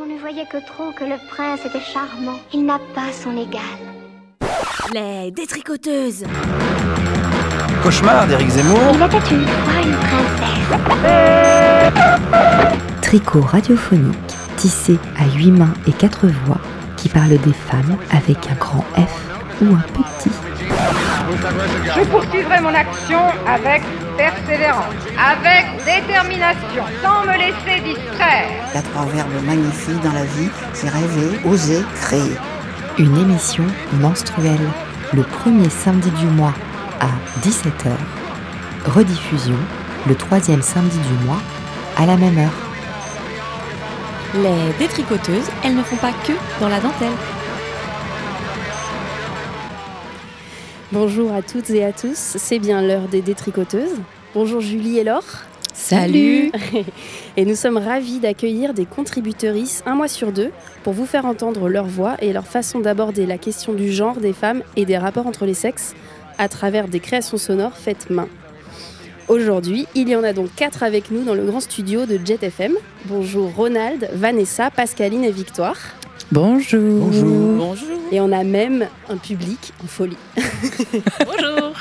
On ne voyait que trop que le prince était charmant. Il n'a pas son égal. Les détricoteuses. Cauchemar d'Éric Zemmour. Il était une fois une princesse. Tricot radiophonique, tissé à 8 mains et 4 voix, qui parle des femmes avec un grand F ou un petit. Je poursuivrai mon action avec persévérance, avec détermination, sans me laisser distraire. Il y a 3 verbes magnifiques dans la vie, c'est rêver, oser, créer. Une émission menstruelle, le premier samedi du mois à 17h. Rediffusion, le 3e samedi du mois à la même heure. Les détricoteuses, elles ne font pas que dans la dentelle. Bonjour à toutes et à tous, c'est bien l'heure des détricoteuses. Bonjour Julie et Laure. Salut. Et nous sommes ravis d'accueillir des contributrices un mois sur 2 pour vous faire entendre leur voix et leur façon d'aborder la question du genre des femmes et des rapports entre les sexes à travers des créations sonores faites main. Aujourd'hui, il y en a donc 4 avec nous dans le grand studio de Jet FM. Bonjour Ronald, Vanessa, Pascaline et Victoire. Bonjour. Bonjour. Bonjour. Et on a même un public en folie. Bonjour.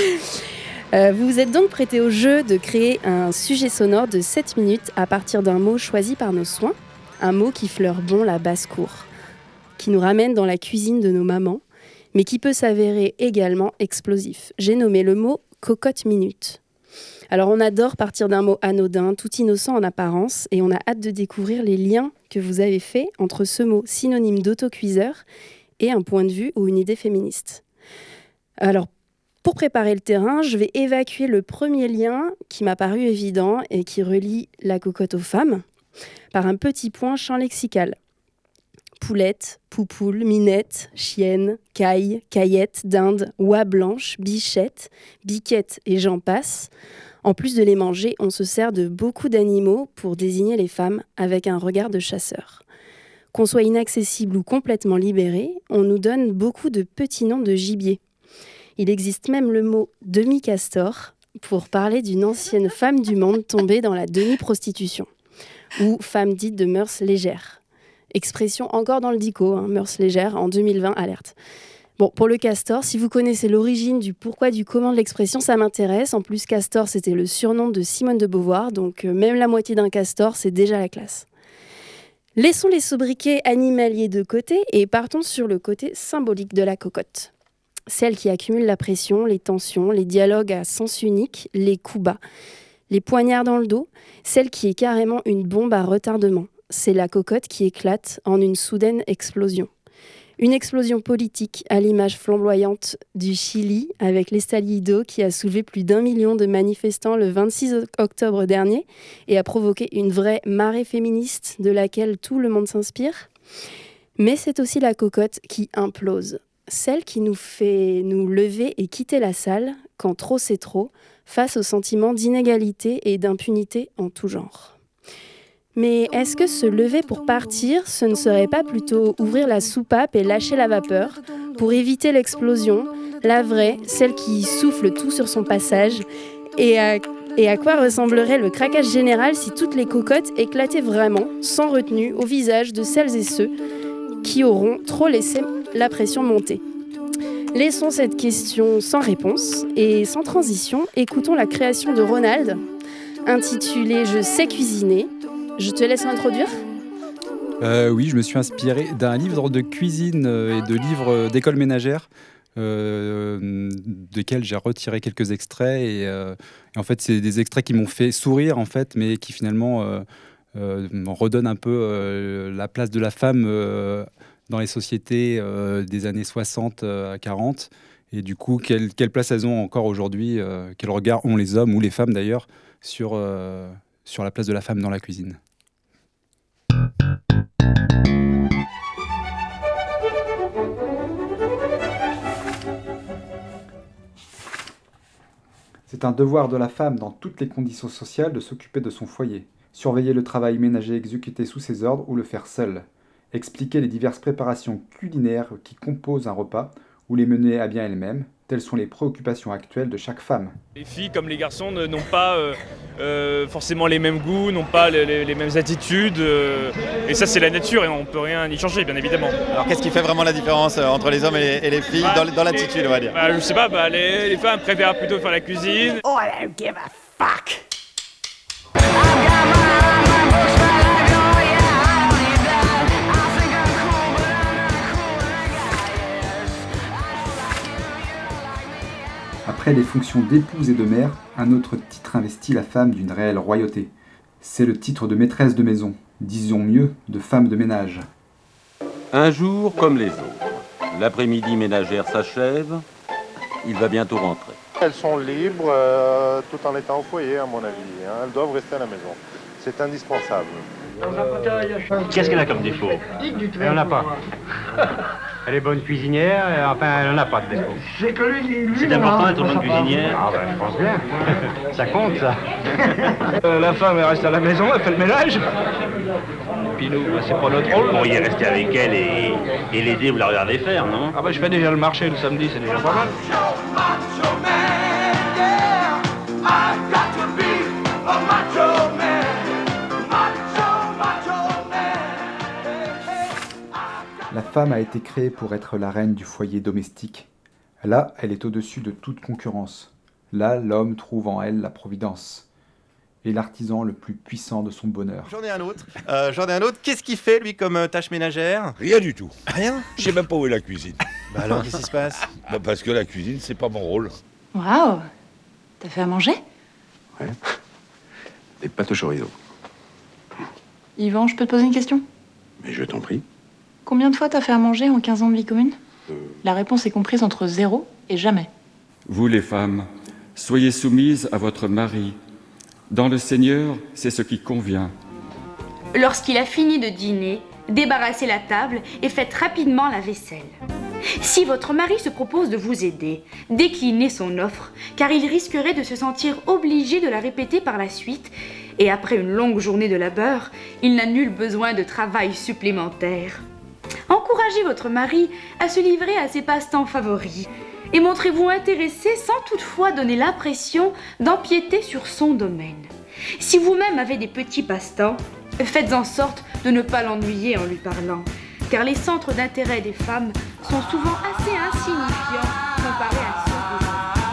Vous vous êtes donc prêtés au jeu de créer un sujet sonore de 7 minutes à partir d'un mot choisi par nos soins, un mot qui fleure bon la basse-cour, qui nous ramène dans la cuisine de nos mamans, mais qui peut s'avérer également explosif. J'ai nommé le mot « cocotte minute ». Alors on adore partir d'un mot anodin, tout innocent en apparence, et on a hâte de découvrir les liens que vous avez faits entre ce mot synonyme d'autocuiseur et un point de vue ou une idée féministe. Alors, pour préparer le terrain, je vais évacuer le premier lien qui m'a paru évident et qui relie la cocotte aux femmes par un petit point champ lexical. Poulette, poupoule, minette, chienne, caille, caillette, dinde, oie blanche, bichette, biquette et j'en passe. En plus de les manger, on se sert de beaucoup d'animaux pour désigner les femmes avec un regard de chasseur. Qu'on soit inaccessible ou complètement libéré, on nous donne beaucoup de petits noms de gibier. Il existe même le mot demi-castor pour parler d'une ancienne femme du monde tombée dans la demi-prostitution, ou femme dite de mœurs légères. Expression encore dans le dico, mœurs légères, en 2020, alerte. Bon, pour le castor, si vous connaissez l'origine du pourquoi du comment de l'expression, ça m'intéresse. En plus, castor, c'était le surnom de Simone de Beauvoir, donc même la moitié d'un castor, c'est déjà la classe. Laissons les sobriquets animaliers de côté et partons sur le côté symbolique de la cocotte. Celle qui accumule la pression, les tensions, les dialogues à sens unique, les coups bas, les poignards dans le dos, celle qui est carrément une bombe à retardement. C'est la cocotte qui éclate en une soudaine explosion. Une explosion politique à l'image flamboyante du Chili avec l'Estallido qui a soulevé plus d'1 million de manifestants le 26 octobre dernier et a provoqué une vraie marée féministe de laquelle tout le monde s'inspire. Mais c'est aussi la cocotte qui implose. Celle qui nous fait nous lever et quitter la salle quand trop c'est trop, face au sentiment d'inégalité et d'impunité en tout genre. Mais est-ce que se lever pour partir, ce ne serait pas plutôt ouvrir la soupape et lâcher la vapeur pour éviter l'explosion, la vraie, celle qui souffle tout sur son passage, et à quoi ressemblerait le craquage général si toutes les cocottes éclataient vraiment, sans retenue, au visage de celles et ceux qui auront trop laissé la pression monter. Laissons cette question sans réponse et sans transition, écoutons la création de Ronald, intitulée « Je sais cuisiner ». Je te laisse introduire. Oui, je me suis inspiré d'un livre de cuisine et de livres d'école ménagère, desquels j'ai retiré quelques extraits. Et en fait, c'est des extraits qui m'ont fait sourire, en fait, mais qui finalement redonnent un peu la place de la femme dans les sociétés des années 60 à 40. Et du coup, quelle place elles ont encore aujourd'hui, quel regard ont les hommes ou les femmes d'ailleurs sur la place de la femme dans la cuisine. C'est un devoir de la femme dans toutes les conditions sociales de s'occuper de son foyer, surveiller le travail ménager exécuté sous ses ordres ou le faire seule, expliquer les diverses préparations culinaires qui composent un repas ou les mener à bien elles-mêmes. Telles sont les préoccupations actuelles de chaque femme. Les filles comme les garçons n'ont pas forcément les mêmes goûts, n'ont pas les mêmes attitudes. Et ça c'est la nature et on ne peut rien y changer bien évidemment. Alors qu'est-ce qui fait vraiment la différence entre les hommes et les filles dans l'attitude on va dire? Je sais pas, les femmes préfèrent plutôt faire la cuisine. Oh, I don't give a fuck. Après les fonctions d'épouse et de mère, un autre titre investit la femme d'une réelle royauté. C'est le titre de maîtresse de maison, disons mieux, de femme de ménage. Un jour comme les autres. L'après-midi ménagère s'achève, il va bientôt rentrer. Elles sont libres tout en étant au foyer, à mon avis. Elles doivent rester à la maison. C'est indispensable. Qu'est-ce qu'elle a comme défaut? Elle n'en a pas. Elle est bonne cuisinière, enfin elle n'en a pas de défaut. C'est que lui c'est important d'être bonne cuisinière. Ah ben je pense bien. Ça compte ça. La femme elle reste à la maison, elle fait le ménage. Et puis nous, c'est pas notre rôle. Bon, il est resté avec elle et l'aider, vous la regardez faire, non? Ah ben je fais déjà le marché le samedi, c'est déjà pas mal. La femme a été créée pour être la reine du foyer domestique. Là, elle est au-dessus de toute concurrence. Là, l'homme trouve en elle la providence. Et l'artisan le plus puissant de son bonheur. J'en ai un autre. Qu'est-ce qu'il fait, lui, comme tâche ménagère? Rien du tout. Rien? Je sais même pas où est la cuisine. Bah alors, qu'est-ce qui se passe? Parce que la cuisine, c'est pas mon rôle. Waouh! T'as fait à manger? Ouais. Des pâtes au chorizo. Yvan, je peux te poser une question? Mais je t'en prie. Combien de fois t'as fait à manger en 15 ans de vie commune? La réponse est comprise entre 0 et jamais. Vous les femmes, soyez soumises à votre mari. Dans le Seigneur, c'est ce qui convient. Lorsqu'il a fini de dîner, débarrassez la table et faites rapidement la vaisselle. Si votre mari se propose de vous aider, déclinez son offre, car il risquerait de se sentir obligé de la répéter par la suite, et après une longue journée de labeur, il n'a nul besoin de travail supplémentaire. Encouragez votre mari à se livrer à ses passe-temps favoris et montrez-vous intéressé sans toutefois donner l'impression d'empiéter sur son domaine. Si vous-même avez des petits passe-temps, faites en sorte de ne pas l'ennuyer en lui parlant, car les centres d'intérêt des femmes sont souvent assez insignifiants comparés à ceux des hommes.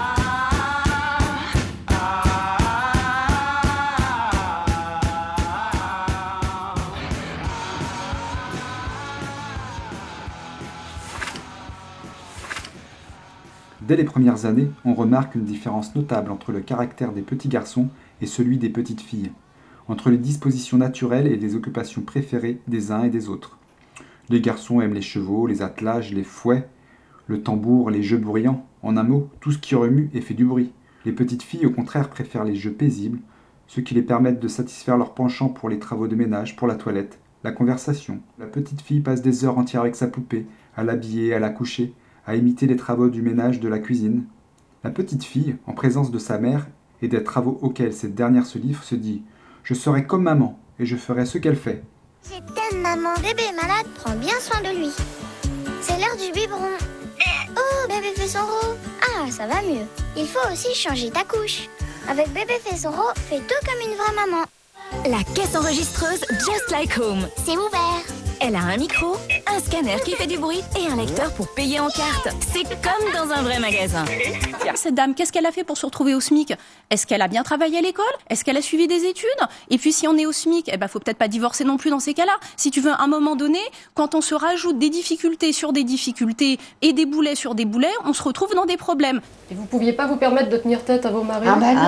Dès les premières années, on remarque une différence notable entre le caractère des petits garçons et celui des petites filles, entre les dispositions naturelles et les occupations préférées des uns et des autres. Les garçons aiment les chevaux, les attelages, les fouets, le tambour, les jeux bruyants, en un mot, tout ce qui remue et fait du bruit. Les petites filles, au contraire, préfèrent les jeux paisibles, ceux qui les permettent de satisfaire leur penchant pour les travaux de ménage, pour la toilette, la conversation. La petite fille passe des heures entières avec sa poupée, à l'habiller, à la coucher, à imiter les travaux du ménage, de la cuisine. La petite fille, en présence de sa mère et des travaux auxquels cette dernière se livre, se dit « Je serai comme maman et je ferai ce qu'elle fait ». Je t'aime, maman. Bébé est malade, prends bien soin de lui. C'est l'heure du biberon. Oh, bébé fait son rot. Ah, ça va mieux. Il faut aussi changer ta couche. Avec bébé fait son rot, fais tout comme une vraie maman. La caisse enregistreuse Just Like Home. C'est ouvert. Elle a un micro, un scanner qui fait du bruit et un lecteur pour payer en carte. C'est comme dans un vrai magasin. Cette dame, qu'est-ce qu'elle a fait pour se retrouver au SMIC? Est-ce qu'elle a bien travaillé à l'école? Est-ce qu'elle a suivi des études? Et puis si on est au SMIC, faut peut-être pas divorcer non plus dans ces cas-là. Si tu veux, à un moment donné, quand on se rajoute des difficultés sur des difficultés et des boulets sur des boulets, on se retrouve dans des problèmes. Et vous pouviez pas vous permettre de tenir tête à vos maris?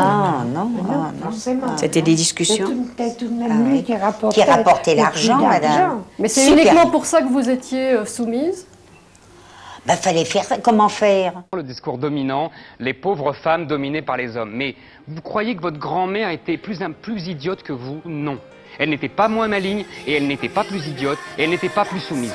Non. C'était des discussions. C'est tout de même lui qui rapportait l'argent, madame. Mais c'est uniquement pour ça que vous étiez soumise? Fallait faire ça. Comment faire? Le discours dominant, les pauvres femmes dominées par les hommes. Mais vous croyez que votre grand-mère était plus idiote que vous? Non. Elle n'était pas moins maligne, et elle n'était pas plus idiote, et elle n'était pas plus soumise.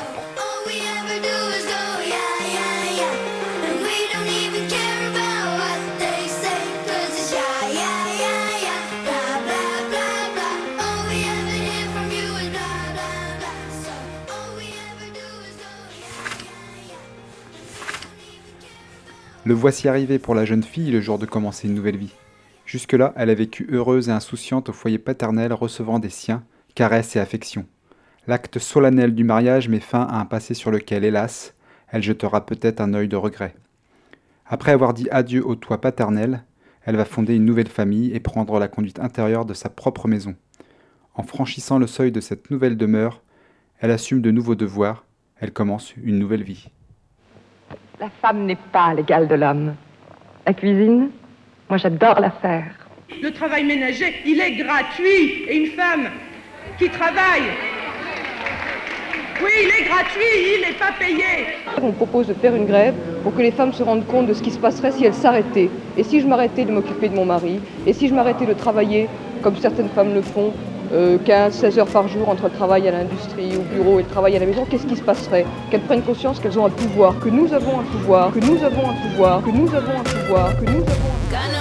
Le voici arrivé pour la jeune fille le jour de commencer une nouvelle vie. Jusque-là, elle a vécu heureuse et insouciante au foyer paternel, recevant des siens, caresses et affections. L'acte solennel du mariage met fin à un passé sur lequel, hélas, elle jettera peut-être un œil de regret. Après avoir dit adieu au toit paternel, elle va fonder une nouvelle famille et prendre la conduite intérieure de sa propre maison. En franchissant le seuil de cette nouvelle demeure, elle assume de nouveaux devoirs, elle commence une nouvelle vie. La femme n'est pas l'égale de l'homme. La cuisine, moi j'adore la faire. Le travail ménager, il est gratuit. Et une femme qui travaille, oui, il est gratuit, il n'est pas payé. On propose de faire une grève pour que les femmes se rendent compte de ce qui se passerait si elles s'arrêtaient. Et si je m'arrêtais de m'occuper de mon mari, et si je m'arrêtais de travailler, comme certaines femmes le font, 15-16 heures par jour entre le travail à l'industrie, au bureau et le travail à la maison, qu'est-ce qui se passerait? Qu'elles prennent conscience qu'elles ont un pouvoir, que nous avons un pouvoir, que nous avons un pouvoir, que nous avons un pouvoir, que nous avons un pouvoir.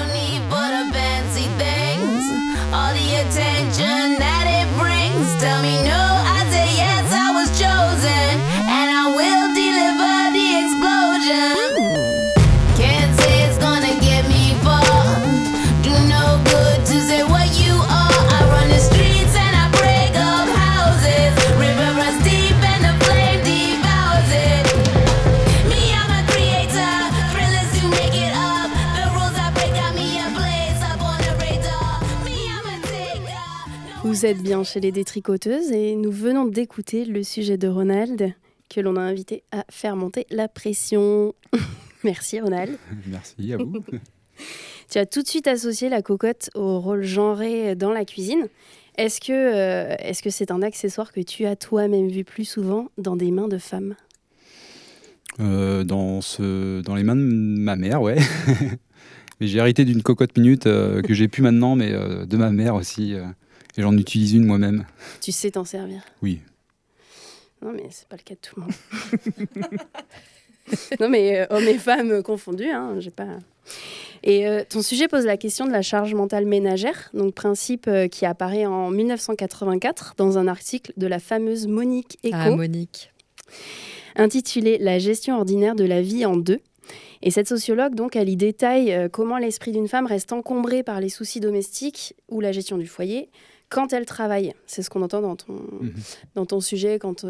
Vous êtes bien chez les Détricoteuses et nous venons d'écouter le sujet de Ronald que l'on a invité à faire monter la pression. Merci Ronald. Merci à vous. Tu as tout de suite associé la cocotte au rôle genré dans la cuisine. Est-ce que c'est un accessoire que tu as toi-même vu plus souvent dans des mains de femmes ? Dans les mains de ma mère, ouais. Mais j'ai hérité d'une cocotte minute que j'ai plus maintenant, mais de ma mère aussi. Et j'en utilise une moi-même. Tu sais t'en servir ? Oui. Non, mais c'est pas le cas de tout le monde. Non, mais hommes et femmes confondus, hein, j'ai pas... Et ton sujet pose la question de la charge mentale ménagère, donc principe qui apparaît en 1984 dans un article de la fameuse Monique Eco. Ah, Monique. Intitulé « La gestion ordinaire de la vie en deux ». Et cette sociologue, donc, elle y détaille comment l'esprit d'une femme reste encombré par les soucis domestiques ou la gestion du foyer quand elle travaille. C'est ce qu'on entend dans ton sujet quand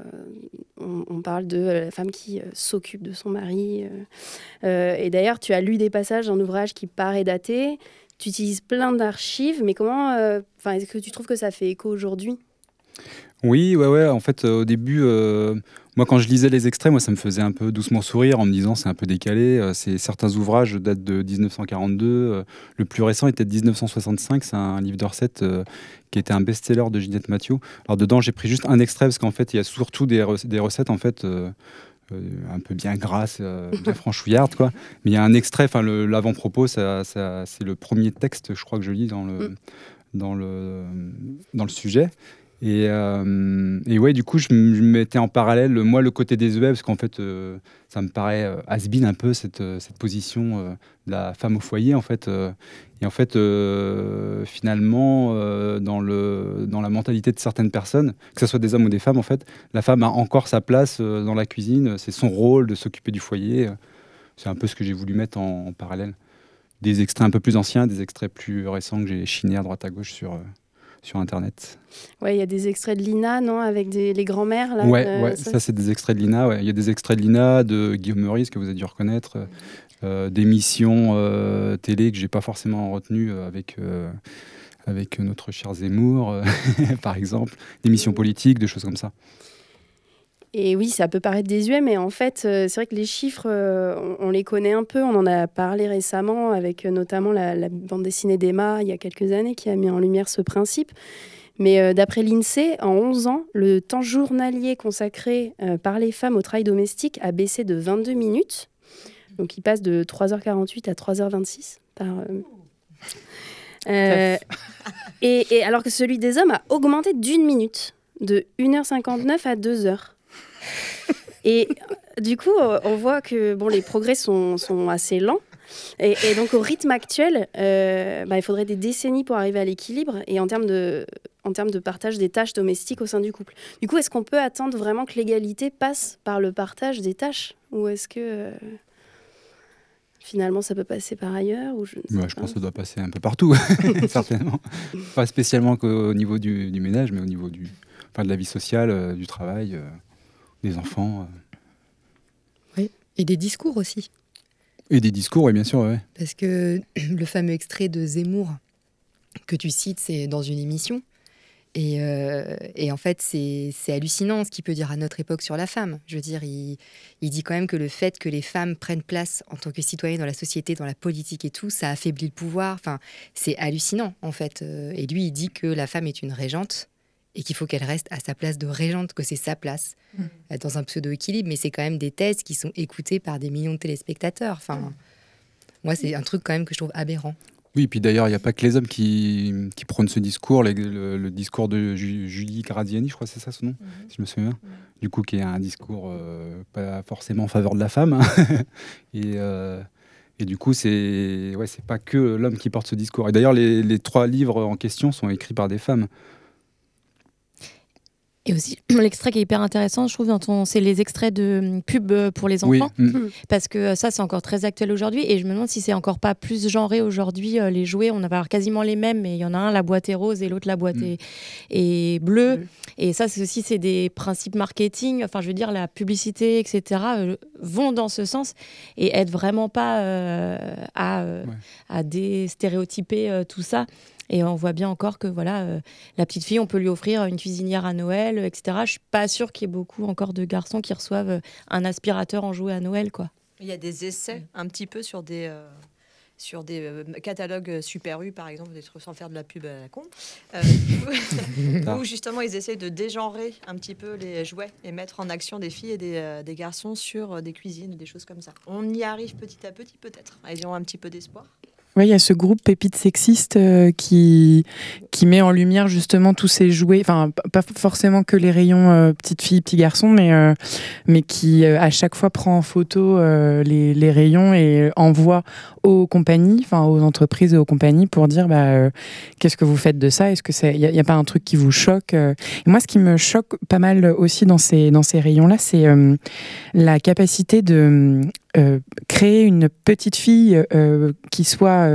on parle de la femme qui s'occupe de son mari. Et d'ailleurs, tu as lu des passages d'un ouvrage qui paraît daté. Tu utilises plein d'archives, mais comment... est-ce que tu trouves que ça fait écho aujourd'hui ? Oui, ouais. En fait, au début... Moi, quand je lisais les extraits, ça me faisait un peu doucement sourire en me disant c'est un peu décalé. Certains ouvrages datent de 1942. Le plus récent était de 1965. C'est un livre de recettes qui était un best-seller de Ginette Mathieu. Alors dedans, j'ai pris juste un extrait parce qu'en fait, il y a surtout des recettes en fait un peu bien grasses, bien franchouillardes, quoi. Mais il y a un extrait. Enfin, l'avant-propos, c'est le premier texte, je crois que je lis dans le sujet. Et ouais, du coup, je mettais en parallèle, moi, le côté des œufs, parce qu'en fait, ça me paraît has-been un peu cette position de la femme au foyer, en fait. Et en fait, finalement, dans la mentalité de certaines personnes, que ce soit des hommes ou des femmes, en fait, la femme a encore sa place dans la cuisine. C'est son rôle de s'occuper du foyer. C'est un peu ce que j'ai voulu mettre en parallèle. Des extraits un peu plus anciens, des extraits plus récents que j'ai chinés à droite à gauche sur Internet. Ouais, il y a des extraits de Lina, non, avec les grands-mères là. Ouais, ça c'est des extraits de Lina. Ouais. Il y a des extraits de Lina, de Guillaume Meurice que vous avez dû reconnaître, d'émissions télé que j'ai pas forcément retenues avec notre cher Zemmour, par exemple, d'émissions politiques, de choses comme ça. Et oui, ça peut paraître désuet, mais en fait, c'est vrai que les chiffres, on les connaît un peu. On en a parlé récemment avec notamment la bande dessinée d'Emma, il y a quelques années, qui a mis en lumière ce principe. Mais d'après l'INSEE, en 11 ans, le temps journalier consacré par les femmes au travail domestique a baissé de 22 minutes. Donc, il passe de 3h48 à 3h26 par... et alors que celui des hommes a augmenté d'1 minute, de 1h59 à 2h. Et du coup, on voit que les progrès sont assez lents. Et donc, au rythme actuel, il faudrait des décennies pour arriver à l'équilibre et en termes de partage des tâches domestiques au sein du couple. Du coup, est-ce qu'on peut attendre vraiment que l'égalité passe par le partage des tâches ? Ou est-ce que finalement, ça peut passer par ailleurs ou je ne sais Je pense que ça doit passer un peu partout, certainement. Pas spécialement qu'au niveau du ménage, mais au niveau de la vie sociale, du travail, des enfants. Oui, et des discours aussi. Et des discours, oui, bien sûr, ouais. Parce que le fameux extrait de Zemmour que tu cites, c'est dans une émission. Et en fait, c'est hallucinant ce qu'il peut dire à notre époque sur la femme. Je veux dire, il dit quand même que le fait que les femmes prennent place en tant que citoyennes dans la société, dans la politique et tout, ça affaiblit le pouvoir. Enfin, c'est hallucinant, en fait. Et lui, il dit que la femme est une régente et qu'il faut qu'elle reste à sa place de régente, que c'est sa place, dans un pseudo-équilibre. Mais c'est quand même des thèses qui sont écoutées par des millions de téléspectateurs. Enfin, moi, c'est un truc quand même que je trouve aberrant. Oui, et puis d'ailleurs, il n'y a pas que les hommes qui prônent ce discours, le discours de Julie Gradiani, je crois que c'est ça son nom, si je me souviens. Du coup, qui est un discours pas forcément en faveur de la femme. Et du coup, c'est pas que l'homme qui porte ce discours. Et d'ailleurs, les 3 livres en question sont écrits par des femmes. Et aussi, l'extrait qui est hyper intéressant, je trouve, c'est les extraits de pubs pour les enfants. Oui. Parce que ça, c'est encore très actuel aujourd'hui. Et je me demande si c'est encore pas plus genré aujourd'hui. Les jouets, on va avoir quasiment les mêmes, mais il y en a un, la boîte est rose, et l'autre, la boîte est bleue. Et ça, c'est des principes marketing. Enfin, je veux dire, la publicité, etc., vont dans ce sens et aident vraiment pas à déstéréotyper tout ça. Et on voit bien encore que la petite fille, on peut lui offrir une cuisinière à Noël, etc. Je suis pas sûre qu'il y ait beaucoup encore de garçons qui reçoivent un aspirateur en jouet à Noël, quoi. Il y a des essais un petit peu sur des catalogues Super U, par exemple, des trucs sans faire de la pub à la con, où justement ils essaient de dégenrer un petit peu les jouets et mettre en action des filles et des garçons sur des cuisines, des choses comme ça. On y arrive petit à petit, peut-être. Ils ont un petit peu d'espoir. Oui, il y a ce groupe Pépites Sexistes qui met en lumière justement tous ces jouets, enfin pas forcément que les rayons petites filles, petits garçons, mais qui à chaque fois prend en photo les rayons et envoie aux compagnies, enfin aux entreprises et aux compagnies pour dire qu'est-ce que vous faites de ça ? Est-ce que il y a pas un truc qui vous choque ? Et moi, ce qui me choque pas mal aussi dans ces rayons-là, c'est la capacité de créer une petite fille qui soit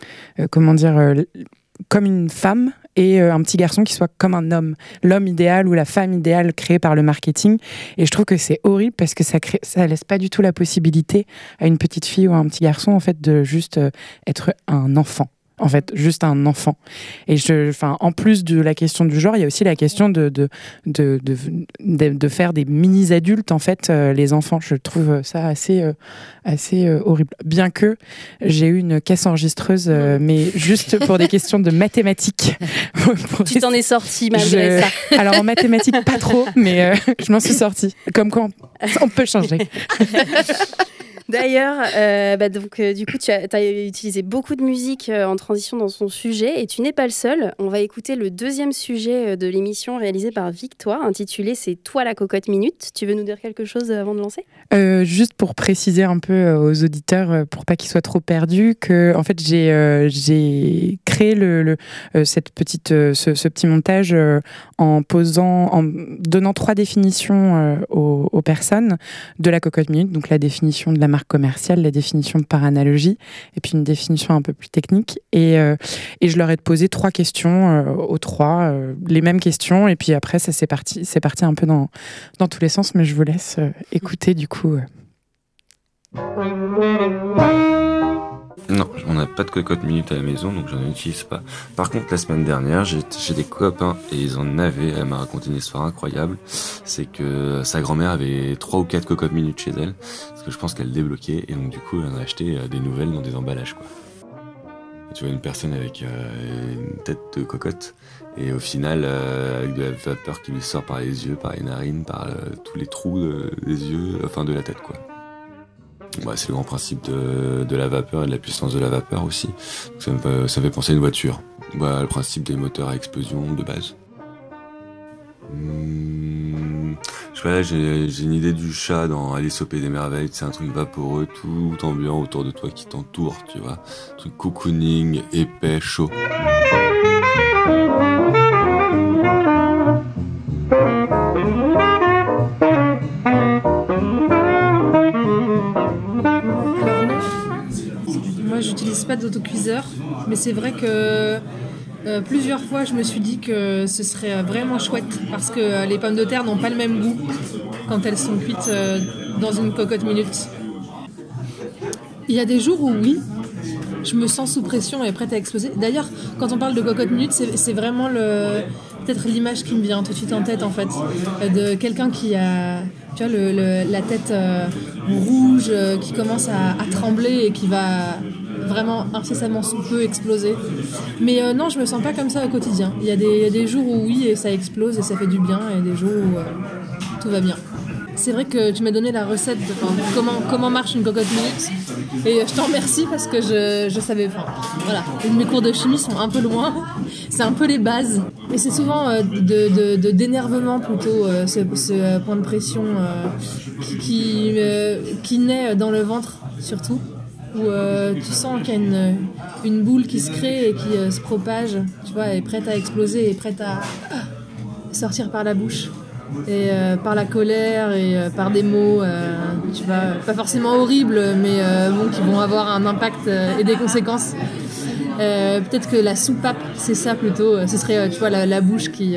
comme une femme et un petit garçon qui soit comme un homme, l'homme idéal ou la femme idéale créée par le marketing. Et je trouve que c'est horrible parce que ça laisse pas du tout la possibilité à une petite fille ou à un petit garçon en fait de juste être un enfant. En fait, juste un enfant. Et en plus de la question du genre, il y a aussi la question de faire des mini-adultes, en fait, les enfants. Je trouve ça assez horrible. Bien que j'ai eu une caisse enregistreuse, mais juste pour des questions de mathématiques. Tu t'en es sortie malgré ça. Alors, en mathématiques, pas trop, mais je m'en suis sortie. Comme quoi, on peut changer. D'ailleurs, du coup, tu as utilisé beaucoup de musique en transition dans son sujet et tu n'es pas le seul. On va écouter le 2e sujet de l'émission réalisé par Victoire, intitulé « C'est toi la cocotte minute ». Tu veux nous dire quelque chose avant de lancer ? Juste pour préciser un peu aux auditeurs, pour pas qu'ils soient trop perdus, que en fait j'ai créé ce petit montage en donnant 3 définitions aux personnes de la cocotte minute, donc la définition de la marque commerciale, la définition par analogie, et puis une définition un peu plus technique. Et je leur ai posé 3 questions aux 3, les mêmes questions, et puis après ça c'est parti un peu dans tous les sens, mais je vous laisse écouter du coup. Non, on n'a pas de cocotte minute à la maison, donc j'en utilise pas. Par contre, la semaine dernière, j'ai des copains et ils en avaient. Elle m'a raconté une histoire incroyable. C'est que sa grand-mère avait 3 ou 4 cocottes minutes chez elle, parce que je pense qu'elle débloquait, et donc du coup, elle en a acheté des nouvelles dans des emballages, quoi. Et tu vois une personne avec une tête de cocotte, et au final, avec de la vapeur qui lui sort par les yeux, par les narines, par tous les trous des yeux, enfin de la tête, quoi. C'est le grand principe de la vapeur et de la puissance de la vapeur aussi. Ça me fait penser à une voiture. Le principe des moteurs à explosion de base. Je sais pas, j'ai une idée du chat dans Alice au Pays des Merveilles. C'est un truc vaporeux, tout ambiant autour de toi qui t'entoure, tu vois. Un truc cocooning, épais, chaud. pas d'autocuiseur, mais c'est vrai que plusieurs fois je me suis dit que ce serait vraiment chouette parce que les pommes de terre n'ont pas le même goût quand elles sont cuites dans une cocotte minute. Il y a des jours où oui, je me sens sous pression et prête à exploser. D'ailleurs, quand on parle de cocotte minute, c'est vraiment peut-être l'image qui me vient tout de suite en tête en fait, de quelqu'un qui a, tu vois, la tête rouge, qui commence à trembler et qui va vraiment incessamment sous peu exploser. Mais non, je me sens pas comme ça au quotidien. Il y a des jours où oui, et ça explose et ça fait du bien, et des jours où tout va bien. C'est vrai que tu m'as donné la recette de comment marche une cocotte minute, et je t'en remercie parce que je savais. Voilà, mes cours de chimie sont un peu loin, c'est un peu les bases, et c'est souvent d'énervement plutôt, ce point de pression qui naît dans le ventre surtout, où tu sens qu'il y a une boule qui se crée et qui se propage, tu vois, est prête à exploser, est prête à sortir par la bouche. Et par la colère et par des mots, tu vois, pas forcément horribles, mais qui vont avoir un impact et des conséquences. Peut-être que la soupape, c'est ça plutôt. Ce serait, tu vois, la bouche qui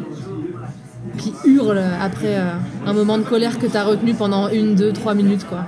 hurle après un moment de colère que t'as retenu pendant 1, 2, 3 minutes, quoi.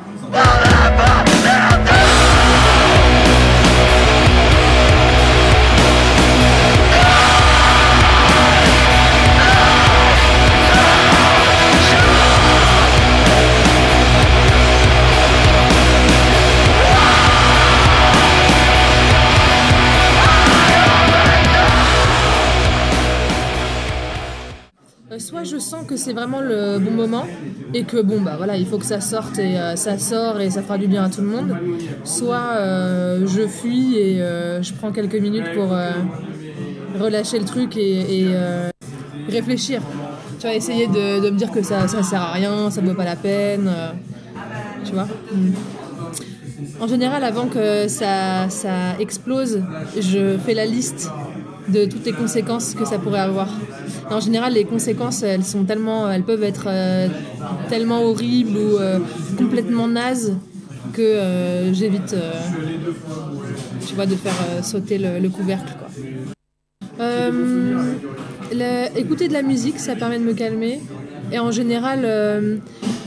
Soit je sens que c'est vraiment le bon moment et que voilà, il faut que ça sorte et ça sort et ça fera du bien à tout le monde. Soit je fuis et je prends quelques minutes pour relâcher le truc et réfléchir. Tu vois, essayer de me dire que ça sert à rien, ça vaut pas la peine. Tu vois. En général, avant que ça explose, je fais la liste de toutes les conséquences que ça pourrait avoir. Et en général, les conséquences, elles peuvent être tellement horribles ou complètement nazes que j'évite, tu vois, de faire sauter le couvercle, quoi. Écouter de la musique, ça permet de me calmer. Et en général,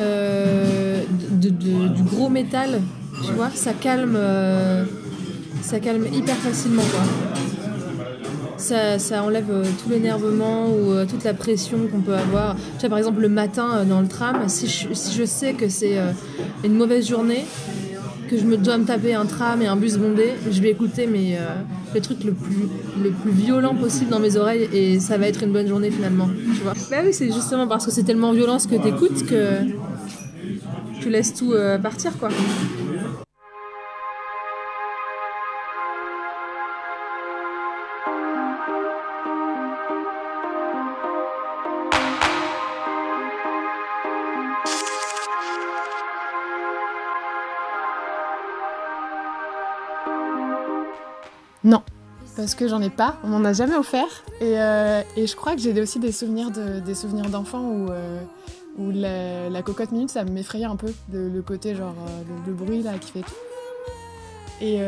du gros métal, tu vois, ça calme hyper facilement, quoi. Ça enlève tout l'énervement ou toute la pression qu'on peut avoir. Tu vois, par exemple, le matin dans le tram, si je sais que c'est une mauvaise journée, que je dois me taper un tram et un bus bondé, je vais écouter le truc le plus violent possible dans mes oreilles et ça va être une bonne journée finalement. Tu vois. Bah oui, c'est justement parce que c'est tellement violent ce que t'écoutes que tu laisses tout partir, quoi. Non, parce que j'en ai pas, on m'en a jamais offert. Et je crois que j'ai aussi des souvenirs d'enfants où la cocotte minute, ça m'effrayait un peu, le côté genre le bruit là qui fait. Et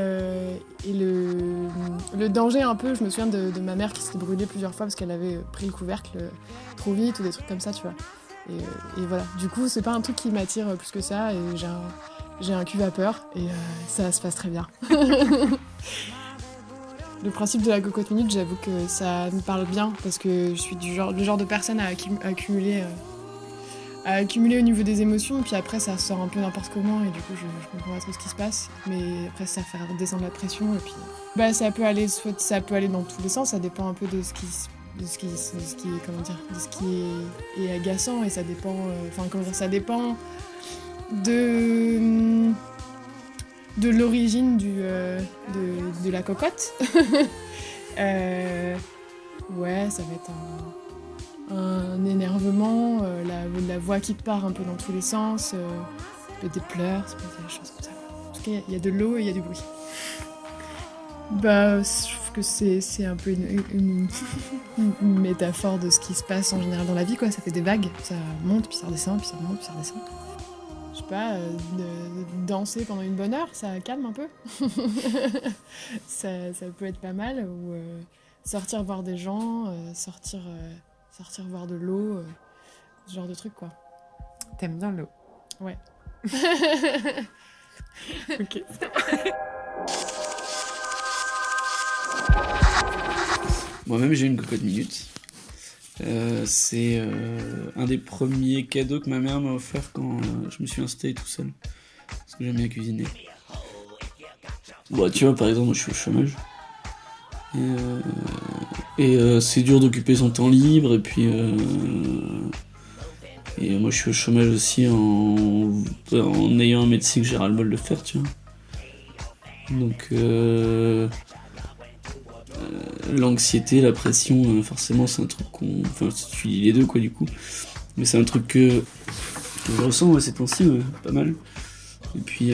le danger un peu, je me souviens de ma mère qui s'était brûlée plusieurs fois parce qu'elle avait pris le couvercle trop vite ou des trucs comme ça, tu vois. Et voilà, du coup c'est pas un truc qui m'attire plus que ça, et j'ai un cul vapeur et ça se passe très bien. Le principe de la cocotte minute, j'avoue que ça me parle bien parce que je suis le genre de personne à accumuler au niveau des émotions, et puis après ça sort un peu n'importe comment et du coup je comprends pas trop ce qui se passe, mais après ça fait redescendre la pression et puis ça peut aller dans tous les sens, ça dépend un peu de ce qui est agaçant, et ça dépend ça dépend de l'origine de la cocotte. Ouais, ça va être un énervement, la voix qui part un peu dans tous les sens, des pleurs, des choses comme ça. En tout cas, il y a de l'eau et il y a du bruit. Je trouve que c'est un peu une métaphore de ce qui se passe en général dans la vie, quoi. Ça fait des vagues, ça monte, puis ça redescend, puis ça monte, puis ça redescend. sais pas, danser pendant une bonne heure, ça calme un peu. ça peut être pas mal. Ou sortir voir des gens, sortir voir de l'eau, ce genre de truc, quoi. T'aimes bien l'eau? Ouais. Ok. Moi-même, j'ai une cocotte minute. C'est un des premiers cadeaux que ma mère m'a offert quand je me suis installé tout seul. Parce que j'aime bien cuisiner. Bon, tu vois, par exemple, moi je suis au chômage. Et c'est dur d'occuper son temps libre. Et puis. Et moi je suis au chômage aussi en ayant un métier que j'ai ras-le-bol de faire, tu vois. Donc. L'anxiété, la pression, forcément c'est un truc qu'on... Enfin, tu lis les deux quoi du coup. Mais c'est un truc que je ressens ces temps-ci, pas mal. Et puis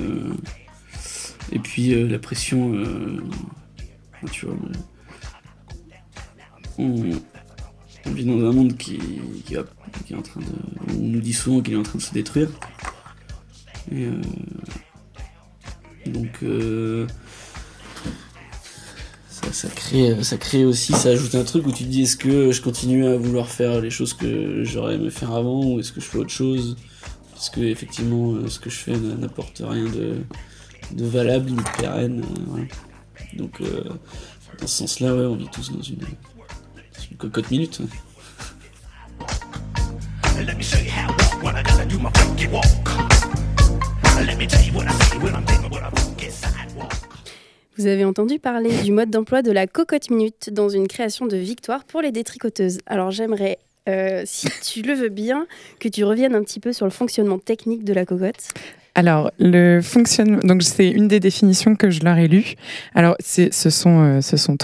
la pression, tu vois, on vit dans un monde qui est en train de... On nous dit souvent qu'il est en train de se détruire. Et donc... Ça crée aussi, ça ajoute un truc où tu te dis est-ce que je continue à vouloir faire les choses que j'aurais aimé faire avant ou est-ce que je fais autre chose, parce que effectivement ce que je fais n'apporte rien de valable, ni de pérenne, voilà. Donc dans ce sens-là, ouais, on vit tous dans une cocotte minute. Ouais. Let me show you how I walk when I gotta do my funky walk. Let me tell you what I feel when I'm thinking what I funky sidewalk. Vous avez entendu parler du mode d'emploi de la cocotte minute dans une création de Victoire pour les détricoteuses. Alors j'aimerais, si tu le veux bien, que tu reviennes un petit peu sur le fonctionnement technique de la cocotte. Alors, le fonctionnement, donc c'est une des définitions que je leur ai lues. Alors, ce sont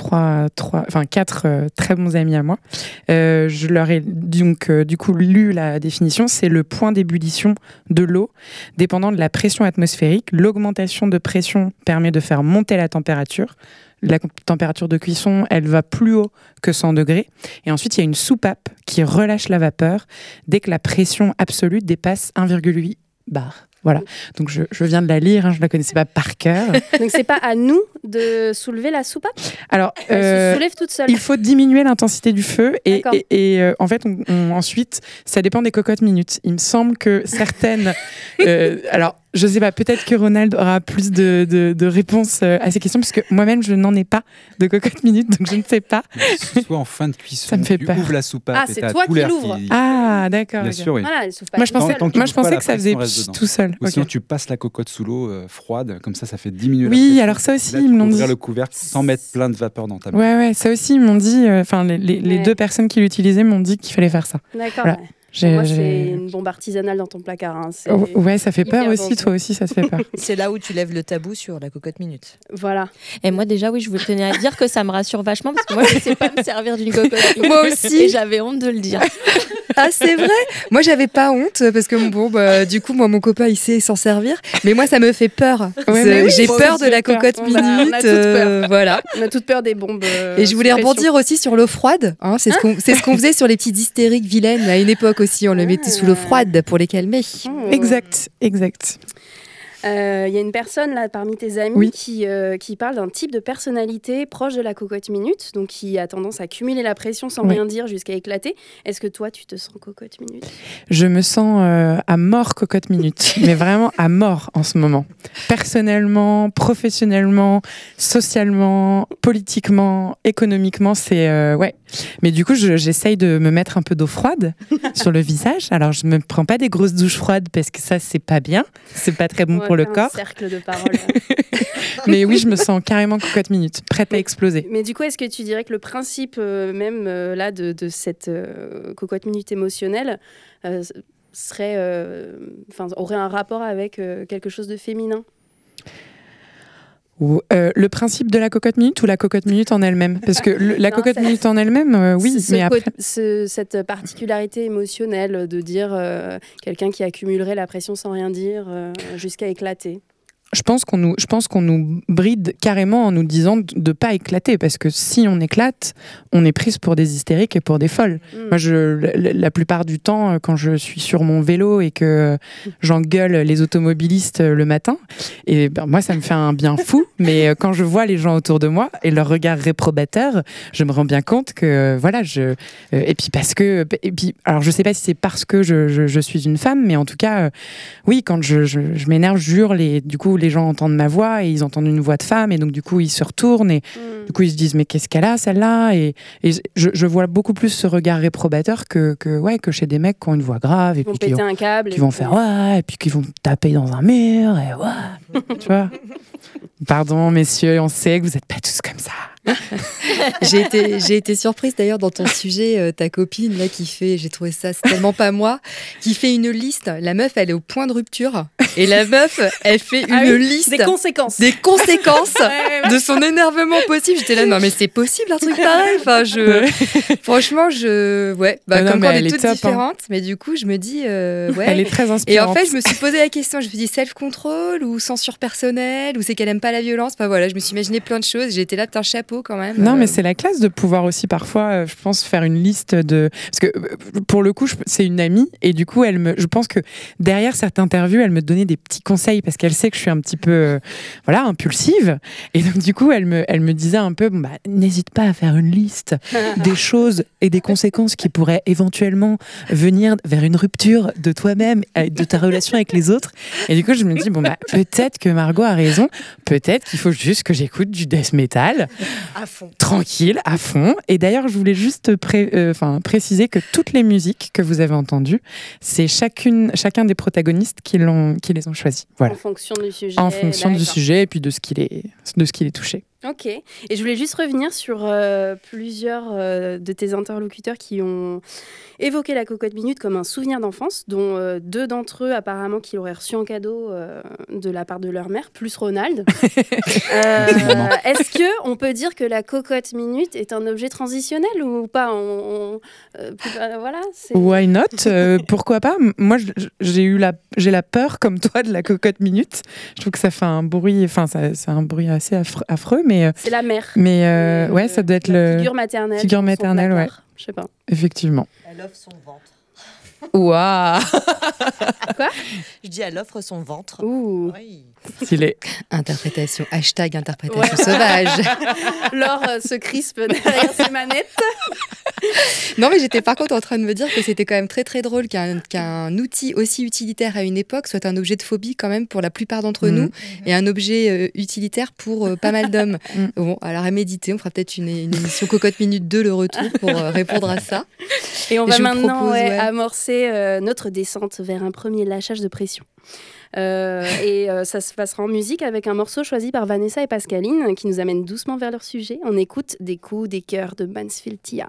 quatre très bons amis à moi. Je leur ai donc du coup lu la définition. C'est le point d'ébullition de l'eau dépendant de la pression atmosphérique. L'augmentation de pression permet de faire monter la température. La température de cuisson, elle va plus haut que 100 degrés. Et ensuite, il y a une soupape qui relâche la vapeur dès que la pression absolue dépasse 1,8 bar. Voilà, donc je viens de la lire, je ne la connaissais pas par cœur. Donc c'est pas à nous de soulever la soupape ? Alors, elle se soulève toute seule. Il faut diminuer l'intensité du feu et en fait, ensuite, ça dépend des cocottes minutes. Il me semble que certaines... alors, je ne sais pas, peut-être que Ronald aura plus de réponses à ces questions, parce que moi-même, je n'en ai pas de cocotte minute, donc je ne sais pas. Soit en fin de cuisson, ça me fait tu peur. ouvres la soupape. Ah, c'est toi qui l'ouvres. Ah, d'accord. Bien sûr, oui. Voilà, moi, je pensais que ça faisait tout seul. Ou sinon, tu passes la cocotte sous l'eau froide, comme ça fait diminuer la pression. pression. Alors ça aussi, là, ils me l'ont dit. Ouvrir le couvercle sans mettre plein de vapeur dans ta main. Ouais, ça aussi, ils m'ont dit, les deux personnes qui l'utilisaient m'ont dit qu'il fallait faire ça. D'accord, voilà. Moi, c'est une bombe artisanale dans ton placard. Hein. Ouais, ça fait peur aussi. Toi aussi, ça te fait peur. C'est là où tu lèves le tabou sur la cocotte minute. Voilà. Et moi, déjà, oui, je vous tenais à dire que ça me rassure vachement parce que moi, je ne sais pas me servir d'une cocotte minute. Moi aussi. Et j'avais honte de le dire. Ah, c'est vrai? Moi, j'avais pas honte parce que du coup, mon copain, il sait s'en servir. Mais moi, ça me fait peur. Ouais, j'ai peur de la cocotte minute. On a toutes peur. Voilà. On a toute peur des bombes. Et je voulais rebondir aussi sur l'eau froide. Hein, c'est ce qu'on faisait sur les petites hystériques vilaines à une époque aussi. On les mettait sous l'eau froide pour les calmer. Exact. Y a une personne là parmi tes amis qui parle d'un type de personnalité proche de la cocotte minute, donc qui a tendance à cumuler la pression sans rien dire jusqu'à éclater. Est-ce que toi, tu te sens cocotte minute ? Je me sens à mort cocotte minute, mais vraiment à mort en ce moment. Personnellement, professionnellement, socialement, politiquement, économiquement, c'est ouais. Mais du coup, j'essaye de me mettre un peu d'eau froide sur le visage. Alors, je me prends pas des grosses douches froides parce que ça, c'est pas bien. C'est pas très bon pour le corps. Un cercle de parole. Mais oui, je me sens carrément cocotte minute, prête à exploser. Mais du coup, est-ce que tu dirais que le principe même là de cette cocotte minute émotionnelle aurait un rapport avec quelque chose de féminin ? Le principe de la cocotte minute ou la cocotte minute en elle-même ? Parce que la cocotte minute en elle-même, oui, mais après... Cette particularité émotionnelle de dire quelqu'un qui accumulerait la pression sans rien dire jusqu'à éclater. je pense qu'on nous bride carrément en nous disant de ne pas éclater, parce que si on éclate, on est prise pour des hystériques et pour des folles. Moi, la plupart du temps, quand je suis sur mon vélo et que j'engueule les automobilistes le matin, et moi, ça me fait un bien fou, mais quand je vois les gens autour de moi et leur regard réprobateur, je me rends bien compte que, voilà, et puis, alors je sais pas si c'est parce que je suis une femme, mais en tout cas, oui, quand je m'énerve, je hurle, et du coup, les gens entendent ma voix et ils entendent une voix de femme, et donc du coup ils se retournent et du coup ils se disent mais qu'est-ce qu'elle a celle-là, et je vois beaucoup plus ce regard réprobateur que chez des mecs qui ont une voix grave et puis péter un câble qui vont faire ouais, et puis qui vont taper dans un mur et ouais. Tu vois, pardon messieurs, on sait que vous n'êtes pas tous comme ça. J'ai été surprise d'ailleurs dans ton sujet, ta copine là qui fait, j'ai trouvé ça, c'est tellement pas moi, qui fait une liste. La meuf, elle est au point de rupture et la meuf, elle fait une liste des conséquences de son énervement possible. J'étais là, non mais c'est possible un truc pareil. Enfin, franchement, comme quoi on est toutes différentes, mais du coup je me dis ouais. Elle est très inspirante. Et en fait, je me suis posé la question, je me suis dit self-control ou censure personnelle, ou c'est qu'elle aime pas la violence. Enfin voilà, je me suis imaginé plein de choses. J'ai été là, putain, chapeau quand même. Non, mais c'est la classe de pouvoir aussi parfois, je pense, faire une liste de... Parce que pour le coup, c'est une amie et du coup, je pense que derrière cette interview, elle me donnait des petits conseils parce qu'elle sait que je suis un petit peu impulsive. Et donc, du coup, elle me disait un peu, n'hésite pas à faire une liste des choses et des conséquences qui pourraient éventuellement venir vers une rupture de toi-même, de ta relation avec les autres. Et du coup, je me dis, peut-être que Margot a raison, peut-être qu'il faut juste que j'écoute du death metal. À fond. Tranquille, à fond. Et d'ailleurs, je voulais juste préciser que toutes les musiques que vous avez entendues, c'est chacun des protagonistes qui les ont choisies. Voilà. En fonction du sujet. En fonction du sujet et puis de ce qu'il est touché. Ok. Et je voulais juste revenir sur plusieurs de tes interlocuteurs qui ont évoqué la cocotte minute comme un souvenir d'enfance, dont 2 d'entre eux apparemment qui l'auraient reçu en cadeau de la part de leur mère, plus Ronald. Est-ce que on peut dire que la cocotte minute est un objet transitionnel ou pas? Voilà. Why not? Pourquoi pas? Moi, j'ai la peur comme toi de la cocotte minute. Je trouve que ça fait un bruit. Enfin, c'est un bruit assez affreux, mais c'est la mère. Mais ouais, ça doit être la figure maternelle. Figure maternelle, ouais. Je sais pas. Effectivement. Elle offre son ventre. Waouh. Quoi? Je dis elle offre son ventre. Ouh. Oui. Stylé. Interprétation sauvage. Laure se crispe derrière ses manettes. Non, mais j'étais par contre en train de me dire que c'était quand même très très drôle qu'un outil aussi utilitaire à une époque soit un objet de phobie quand même pour la plupart d'entre nous et un objet utilitaire pour pas mal d'hommes. Bon, alors à méditer, on fera peut-être une émission Cocotte Minute 2, le retour, pour répondre à ça. Et on va maintenant amorcer notre descente vers un premier lâchage de pression. Ça se passera en musique avec un morceau choisi par Vanessa et Pascaline qui nous amène doucement vers leur sujet. On écoute Des coups, des cœurs de Mansfield Tia.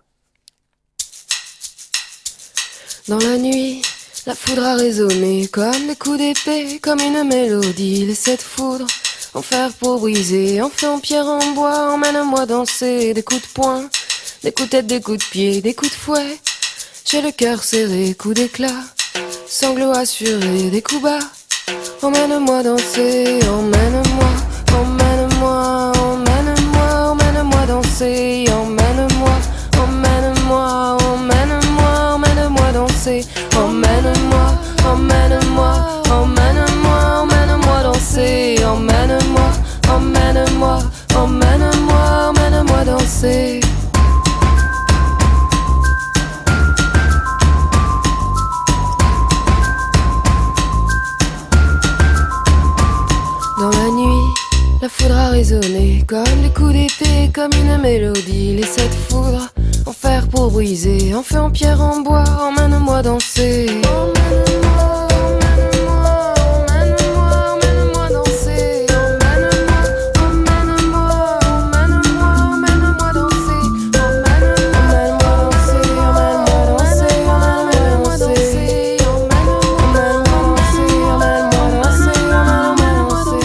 Dans la nuit, la foudre a résonné comme des coups d'épée, comme une mélodie. Les 7 foudres en fer pour briser, en feu, en pierre, en bois. Emmène-moi danser, des coups de poing, des coups de tête, des coups de pied, des coups de fouet. J'ai le cœur serré, coups d'éclat, sanglots assurés, des coups bas. Emmène-moi danser, emmène-moi, emmène-moi, emmène-moi, emmène-moi danser, emmène-moi, emmène-moi, emmène-moi, emmène-moi danser, emmène-moi, emmène-moi, emmène-moi, emmène-moi danser, emmène-moi, emmène-moi, emmène-moi, emmène-moi danser. Dans la nuit, la foudre a résonné comme des coups d'épée, comme une mélodie. Les 7 foudres en fer pour briser, en feu, en pierre, en bois. Emmène-moi danser. Emmène-moi, emmène-moi, emmène-moi, emmène-moi danser. Emmène-moi, emmène-moi, emmène-moi, emmène-moi danser. Emmène-moi danser, emmène-moi danser, emmène-moi danser. Emmène-moi danser, emmène-moi danser, emmène-moi danser.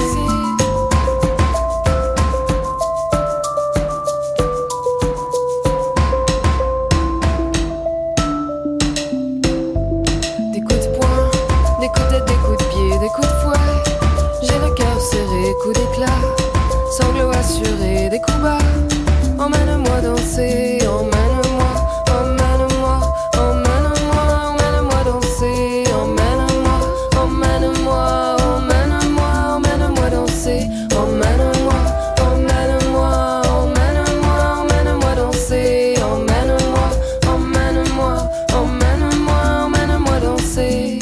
Des coups de poing, des coups de tête, des coups de pied, des coups de fouet. J'ai le cœur serré, coup d'éclat, sanglots assurés, des coups bas. Emmène-moi danser, emmène-moi, emmène-moi, emmène-moi, emmène-moi danser, emmène-moi, emmène-moi, emmène-moi, emmène-moi danser, emmène-moi, emmène-moi, emmène-moi, emmène-moi danser, emmène-moi, emmène-moi, emmène-moi, emmène-moi danser.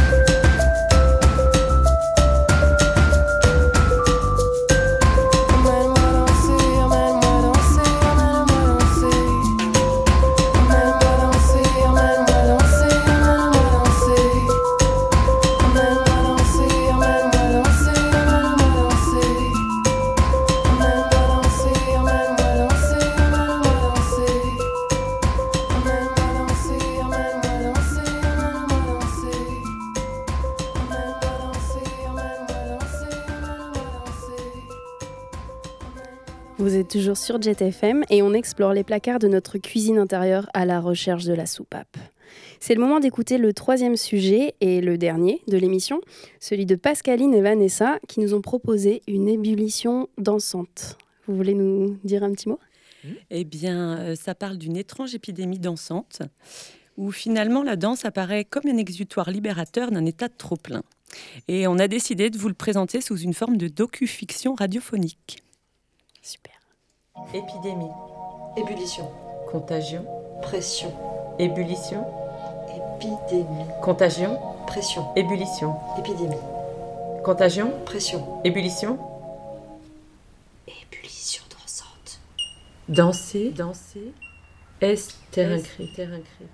Vous êtes toujours sur Jet FM et on explore les placards de notre cuisine intérieure à la recherche de la soupape. C'est le moment d'écouter le 3e sujet et le dernier de l'émission, celui de Pascaline et Vanessa qui nous ont proposé une ébullition dansante. Vous voulez nous dire un petit mot ? Eh bien, ça parle d'une étrange épidémie dansante où finalement la danse apparaît comme un exutoire libérateur d'un état de trop-plein. Et on a décidé de vous le présenter sous une forme de docu-fiction radiophonique. Super. Épidémie. Ébullition. Contagion. Pression. Ébullition. Épidémie. Contagion. Pression. Ébullition. Épidémie. Contagion. Pression. Ébullition. Ébullition dansante. Danser. Danser. Est terrain cri. Terrain cri.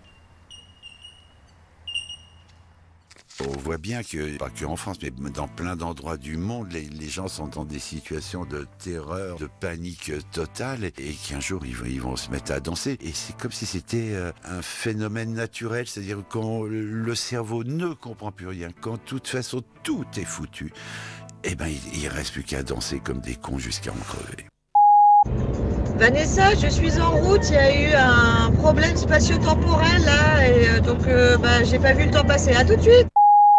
On voit bien que, pas qu'en France, mais dans plein d'endroits du monde, les gens sont dans des situations de terreur, de panique totale, et qu'un jour, ils vont se mettre à danser. Et c'est comme si c'était un phénomène naturel, c'est-à-dire quand le cerveau ne comprend plus rien, quand de toute façon tout est foutu, eh ben, il ne reste plus qu'à danser comme des cons jusqu'à en crever. Vanessa, je suis en route, il y a eu un problème spatio-temporel là, et donc j'ai pas vu le temps passer. À tout de suite.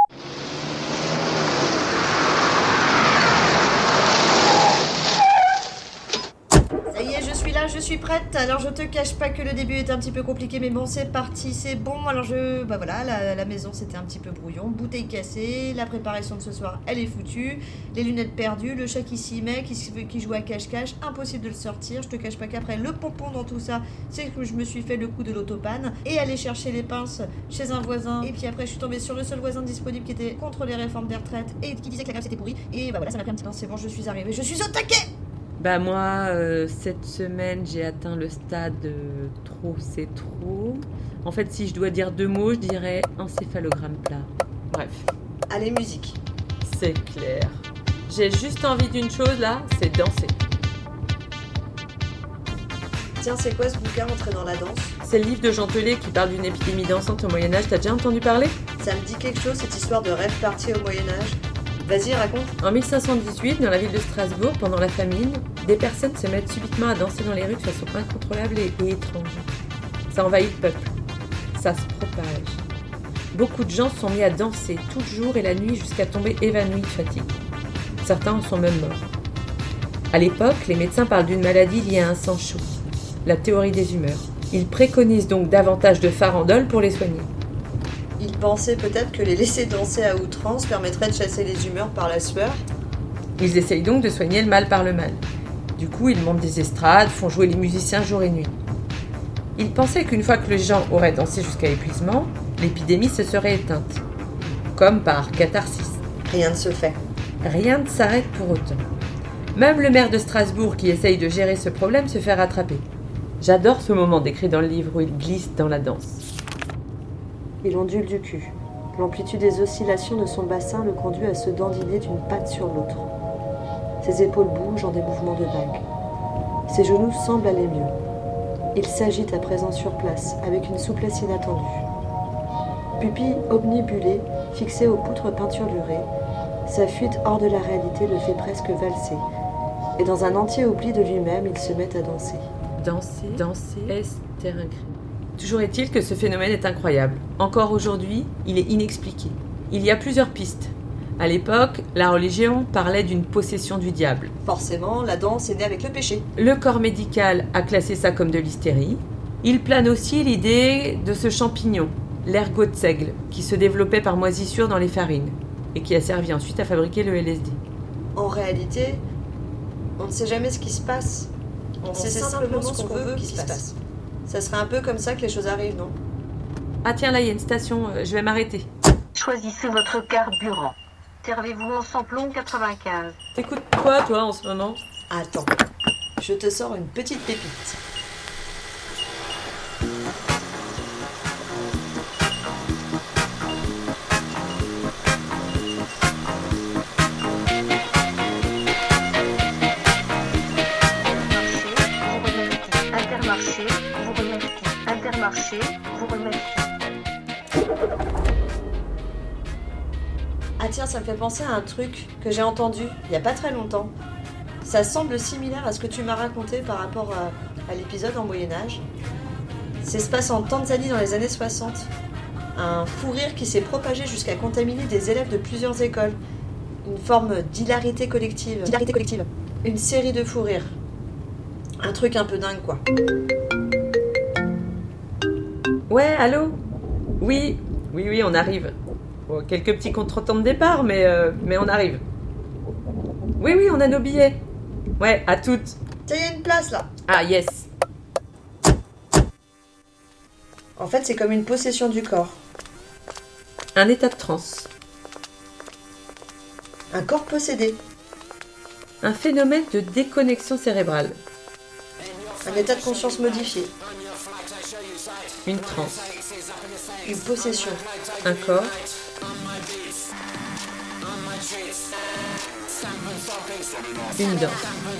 Ça y est, je suis là, je suis prête. Alors je te cache pas que le début est un petit peu compliqué, mais bon, c'est parti, c'est bon. Alors la maison c'était un petit peu brouillon, bouteille cassée, la préparation de ce soir elle est foutue, les lunettes perdues, le chat qui s'y met, qui joue à cache-cache, impossible de le sortir. Je te cache pas qu'après le pompon dans tout ça, c'est que je me suis fait le coup de l'autopanne et aller chercher les pinces chez un voisin. Et puis après je suis tombée sur le seul voisin disponible qui était contre les réformes des retraites et qui disait que la grève c'était pourri. Et ça m'a pris un petit temps, c'est bon, je suis arrivée, je suis au taquet. Moi, cette semaine, j'ai atteint le stade trop, c'est trop. En fait, si je dois dire 2 mots, je dirais encéphalogramme plat. Bref. Allez, musique. C'est clair. J'ai juste envie d'une chose, là, c'est danser. Tiens, c'est quoi ce bouquin, Entrer dans la danse ? C'est le livre de Jean Telet qui parle d'une épidémie dansante au Moyen-Âge. T'as déjà entendu parler ? Ça me dit quelque chose, cette histoire de rêve party au Moyen-Âge. Vas-y, raconte. En 1518, dans la ville de Strasbourg, pendant la famine, des personnes se mettent subitement à danser dans les rues de façon incontrôlable et étrange. Ça envahit le peuple. Ça se propage. Beaucoup de gens se sont mis à danser tout le jour et la nuit jusqu'à tomber évanouis de fatigue. Certains en sont même morts. À l'époque, les médecins parlent d'une maladie liée à un sang chaud, la théorie des humeurs. Ils préconisent donc davantage de farandole pour les soigner. Ils pensaient peut-être que les laisser danser à outrance permettrait de chasser les humeurs par la sueur. Ils essayent donc de soigner le mal par le mal. Du coup, ils montent des estrades, font jouer les musiciens jour et nuit. Ils pensaient qu'une fois que les gens auraient dansé jusqu'à épuisement, l'épidémie se serait éteinte. Comme par catharsis. Rien ne se fait. Rien ne s'arrête pour autant. Même le maire de Strasbourg qui essaye de gérer ce problème se fait rattraper. J'adore ce moment décrit dans le livre où il glisse dans la danse. Il ondule du cul. L'amplitude des oscillations de son bassin le conduit à se dandiner d'une patte sur l'autre. Ses épaules bougent en des mouvements de vague. Ses genoux semblent aller mieux. Il s'agite à présent sur place, avec une souplesse inattendue. Pupille obnubulée, fixée aux poutres peinturlurées, sa fuite hors de la réalité le fait presque valser. Et dans un entier oubli de lui-même, il se met à danser. Danser, est terrain cri. Toujours est-il que ce phénomène est incroyable. Encore aujourd'hui, il est inexpliqué. Il y a plusieurs pistes. À l'époque, la religion parlait d'une possession du diable. Forcément, la danse est née avec le péché. Le corps médical a classé ça comme de l'hystérie. Il plane aussi l'idée de ce champignon, l'ergotseigle, qui se développait par moisissure dans les farines et qui a servi ensuite à fabriquer le LSD. En réalité, on ne sait jamais ce qui se passe. On sait simplement ce qu'on veut qu'il se passe. Ça serait un peu comme ça que les choses arrivent, non? Ah tiens, là, il y a une station, je vais m'arrêter. Choisissez votre carburant. Servez-vous en samplon 95. T'écoutes quoi, toi, en ce moment? Attends, je te sors une petite pépite. Intermarché, vous remercie. Intermarché, vous remercie. Ah tiens, ça me fait penser à un truc que j'ai entendu il n'y a pas très longtemps. Ça semble similaire à ce que tu m'as raconté par rapport à l'épisode en Moyen-Âge. Ça se passe en Tanzanie dans les années 60. Un fou rire qui s'est propagé jusqu'à contaminer des élèves de plusieurs écoles. Une forme d'hilarité collective. Une série de fous rires. Un truc un peu dingue, quoi. Ouais, allô? Oui, on arrive. Bon, quelques petits contretemps de départ, mais on arrive. Oui, on a nos billets. Ouais, à toutes. Tiens, il y a une place, là. Ah, yes. En fait, c'est comme une possession du corps. Un état de transe. Un corps possédé. Un phénomène de déconnexion cérébrale. Un état de conscience modifié. Une transe. Une possession. Un corps. Une danse.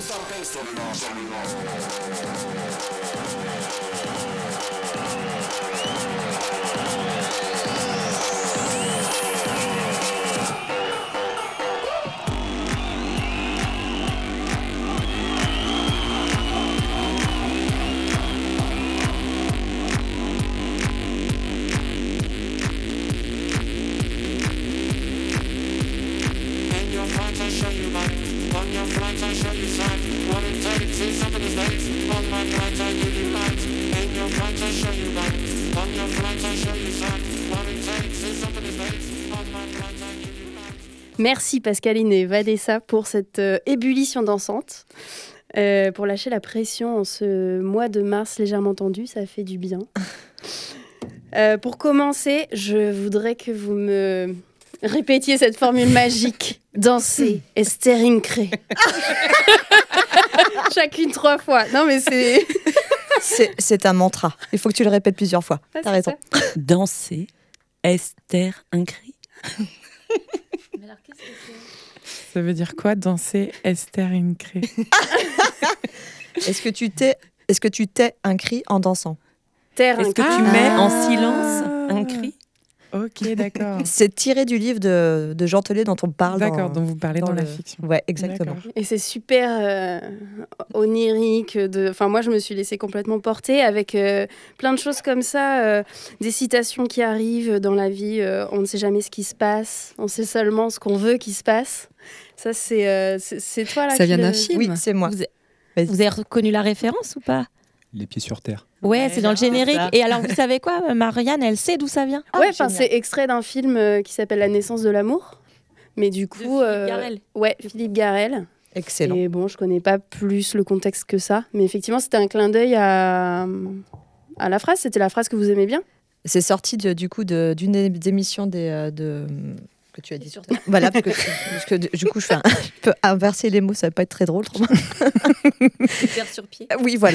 Merci Pascaline et Vanessa pour cette ébullition dansante. Pour lâcher la pression en ce mois de mars légèrement tendu, ça fait du bien. Pour commencer, je voudrais que vous me répétiez cette formule magique. Danser, Esther Incré. Chacune 3 fois. Non mais c'est... C'est un mantra. Il faut que tu le répètes plusieurs fois. Ah, t'as raison. Danser, Esther Incré. Mais alors qu'est-ce que c'est? Ça veut dire quoi, danser Esther Incré? Est-ce que tu t'es un cri en dansant? Est-ce que tu mets en silence un cri? Ok, d'accord. C'est tiré du livre de Jean Telet dont on parle. D'accord, dont vous parlez dans la fiction. Ouais, exactement. D'accord. Et c'est super onirique. Enfin, moi, je me suis laissée complètement porter avec plein de choses comme ça, des citations qui arrivent dans la vie. On ne sait jamais ce qui se passe, on sait seulement ce qu'on veut qu'il se passe. Ça, c'est toi là. Ça vient d'un film. Oui, c'est moi. Vous avez reconnu la référence ou pas? Les pieds sur terre. Ouais, c'est dans le générique. Et alors, vous savez quoi, Marianne, elle sait d'où ça vient? Ouais, c'est extrait d'un film qui s'appelle La naissance de l'amour. Mais du coup, Philippe Garrel. Ouais, Philippe Garrel. Excellent. Et bon, je connais pas plus le contexte que ça, mais effectivement, c'était un clin d'œil à la phrase. C'était la phrase que vous aimez bien. C'est sorti du coup d'une des émissions que tu as dit sur toi. Voilà, parce que du coup, je peux inverser les mots, ça va pas être très drôle. Super sur pied. Oui, voilà.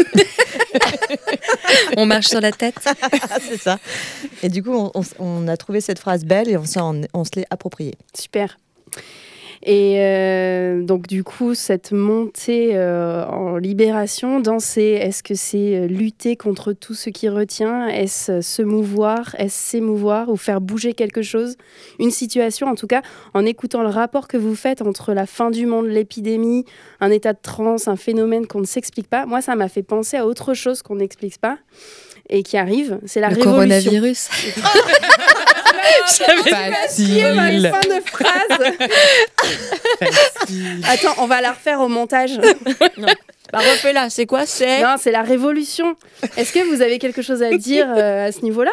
On marche sur la tête. C'est ça. Et du coup, on a trouvé cette phrase belle et on se l'est appropriée. Super. Et donc du coup, cette montée en libération, danser, est-ce que c'est lutter contre tout ce qui retient? Est-ce se mouvoir? Est-ce s'émouvoir ou faire bouger quelque chose? Une situation, en tout cas, en écoutant le rapport que vous faites entre la fin du monde, l'épidémie, un état de transe, un phénomène qu'on ne s'explique pas. Moi, ça m'a fait penser à autre chose qu'on n'explique pas et qui arrive. C'est la révolution. Coronavirus. Facile. Ma fin de phrase. Attends, on va la refaire au montage. Non. Bah, refais-la, c'est quoi? Non, c'est la révolution. Est-ce que vous avez quelque chose à dire à ce niveau-là?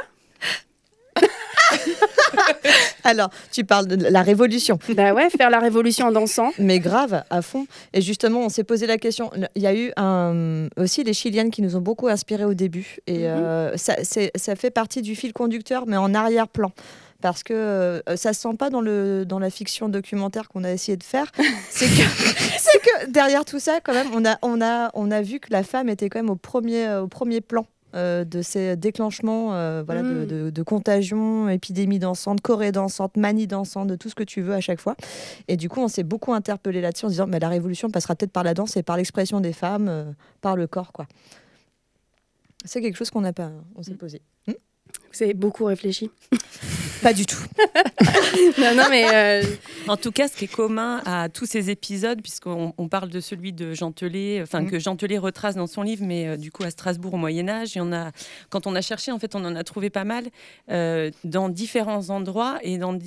Alors, tu parles de la révolution. Bah ouais, faire la révolution en dansant. Mais grave, à fond. Et justement, on s'est posé la question. Il y a eu aussi les Chiliennes qui nous ont beaucoup inspirés au début. Et ça fait partie du fil conducteur, mais en arrière-plan. Parce que ça se sent pas dans la fiction documentaire qu'on a essayé de faire. C'est que derrière tout ça, quand même, on a vu que la femme était quand même au premier plan. De ces déclenchements de contagion, épidémie dansante, choré dansante, manie dansante, de tout ce que tu veux à chaque fois. Et du coup, on s'est beaucoup interpellé là-dessus en se disant mais la révolution passera peut-être par la danse et par l'expression des femmes, par le corps, quoi. C'est quelque chose on s'est posé. Vous avez beaucoup réfléchi? Pas du tout. non, mais en tout cas, ce qui est commun à tous ces épisodes, puisqu'on parle de celui de Jean Telet, que Jean Telet retrace dans son livre, mais du coup à Strasbourg au Moyen-Âge, quand on a cherché, en fait, on en a trouvé pas mal dans différents endroits et dans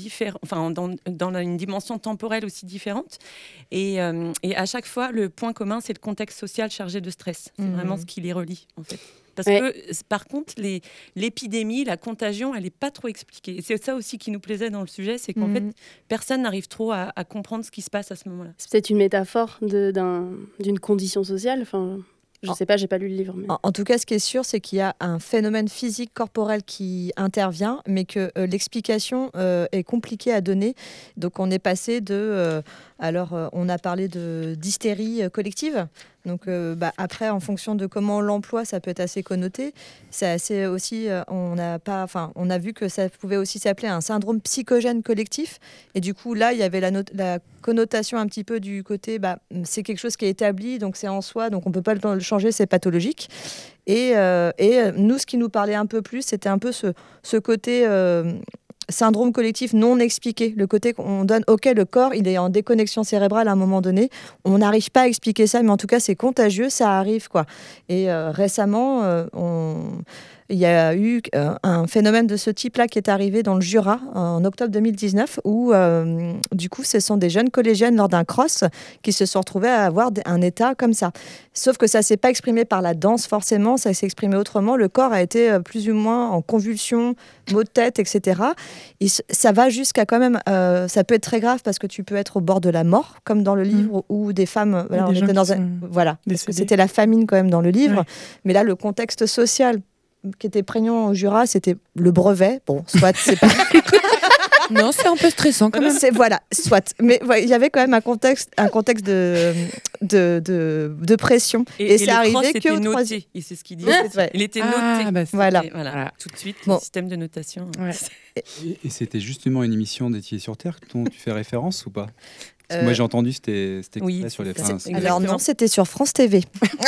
une dimension temporelle aussi différente. Et à chaque fois, le point commun, c'est le contexte social chargé de stress. C'est vraiment ce qui les relie, en fait. Parce que, par contre, l'épidémie, la contagion, elle n'est pas trop expliquée. Et c'est ça aussi qui nous plaisait dans le sujet, c'est qu'en fait, personne n'arrive trop à comprendre ce qui se passe à ce moment-là. C'est peut-être une métaphore d'une condition sociale. Enfin, je ne sais pas, j'ai pas lu le livre. Mais... En tout cas, ce qui est sûr, c'est qu'il y a un phénomène physique corporel qui intervient, mais que l'explication est compliquée à donner. Donc, on est passé de... on a parlé d'hystérie collective. Donc après, en fonction de comment on l'emploie, ça peut être assez connoté. C'est assez aussi, on a vu que ça pouvait aussi s'appeler un syndrome psychogène collectif. Et du coup, là, il y avait la connotation un petit peu du côté, c'est quelque chose qui est établi, donc c'est en soi, donc on peut pas le changer, c'est pathologique. Et nous, ce qui nous parlait un peu plus, c'était un peu ce côté... syndrome collectif non expliqué, le côté qu'on donne, le corps, il est en déconnexion cérébrale à un moment donné, on n'arrive pas à expliquer ça, mais en tout cas, c'est contagieux, ça arrive, quoi. Et récemment, il y a eu un phénomène de ce type-là qui est arrivé dans le Jura en octobre 2019, où du coup, ce sont des jeunes collégiennes lors d'un cross qui se sont retrouvées à avoir un état comme ça. Sauf que ça ne s'est pas exprimé par la danse forcément, ça s'est exprimé autrement. Le corps a été plus ou moins en convulsion, maux de tête, etc. Et ça va jusqu'à quand même... ça peut être très grave parce que tu peux être au bord de la mort, comme dans le livre, où des femmes... on était dans parce que c'était la famine quand même dans le livre. Ouais. Mais là, le contexte social qui était prégnant au Jura, c'était le brevet. Bon, soit c'est pas... Non, c'est un peu stressant quand même. Soit. Mais il y avait quand même un contexte de pression. Et c'est arrivé que au troisième. Et c'est ce qu'il dit. Il était noté. Voilà, tout de suite, le système de notation. Ouais. Et c'était justement une émission d'Étier sur Terre dont tu fais référence ou pas? Parce que moi j'ai entendu c'était sur les fins. Alors non, c'était sur France TV.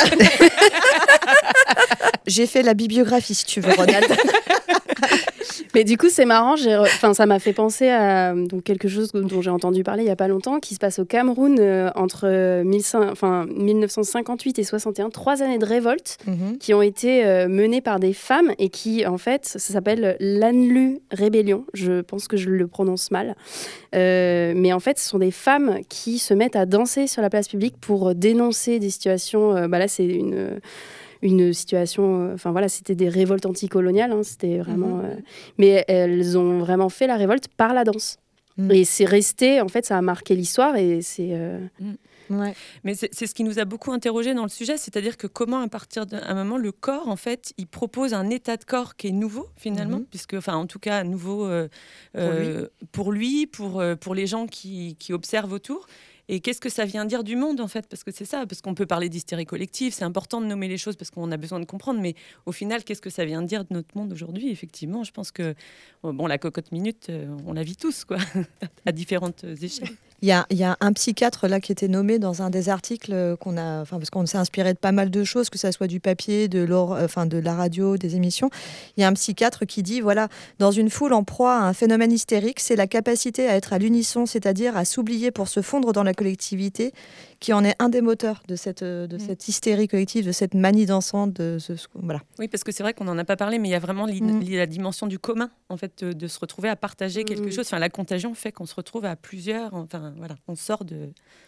J'ai fait la bibliographie si tu veux, Ronald. Mais du coup, c'est marrant, ça m'a fait penser à quelque chose dont j'ai entendu parler il n'y a pas longtemps, qui se passe au Cameroun entre 1958 et 61, 3 années de révolte qui ont été menées par des femmes et qui, en fait, ça s'appelle l'Anlu Rébellion. Je pense que je le prononce mal. Mais en fait, ce sont des femmes qui se mettent à danser sur la place publique pour dénoncer des situations... là, c'est une situation... c'était des révoltes anticoloniales. C'était vraiment... mais elles ont vraiment fait la révolte par la danse. Et c'est resté... En fait, ça a marqué l'histoire et c'est... Ouais. Mais c'est ce qui nous a beaucoup interrogé dans le sujet, c'est-à-dire que comment, à partir d'un moment, le corps, en fait, il propose un état de corps qui est nouveau, finalement, puisque, en tout cas, nouveau pour lui, pour les gens qui observent autour. Et qu'est-ce que ça vient dire du monde, en fait? Parce que c'est ça, parce qu'on peut parler d'hystérie collective, c'est important de nommer les choses parce qu'on a besoin de comprendre, mais au final, qu'est-ce que ça vient dire de notre monde aujourd'hui? Effectivement, je pense que la cocotte minute, on la vit tous, quoi, à différentes échelles. Il y a un psychiatre là qui était nommé dans un des articles qu'on a, parce qu'on s'est inspiré de pas mal de choses, que ça soit du papier, de la radio, des émissions. Il y a un psychiatre qui dit voilà, dans une foule en proie à un phénomène hystérique, c'est la capacité à être à l'unisson, c'est-à-dire à s'oublier pour se fondre dans la collectivité, qui en est un des moteurs de cette hystérie collective, de cette manie dansante, voilà. Oui, parce que c'est vrai qu'on n'en a pas parlé, mais il y a vraiment la dimension du commun, en fait, de se retrouver à partager quelque chose. Enfin, la contagion fait qu'on se retrouve à plusieurs. Enfin, voilà, on sort de...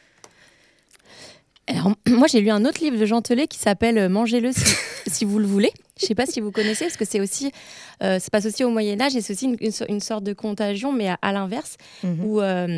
Alors, moi, j'ai lu un autre livre de Jean Telet qui s'appelle « Mangez-le si vous le voulez ». Je ne sais pas si vous connaissez, parce que c'est aussi, ça se passe aussi au Moyen-Âge, et c'est aussi une sorte de contagion, mais à l'inverse, où...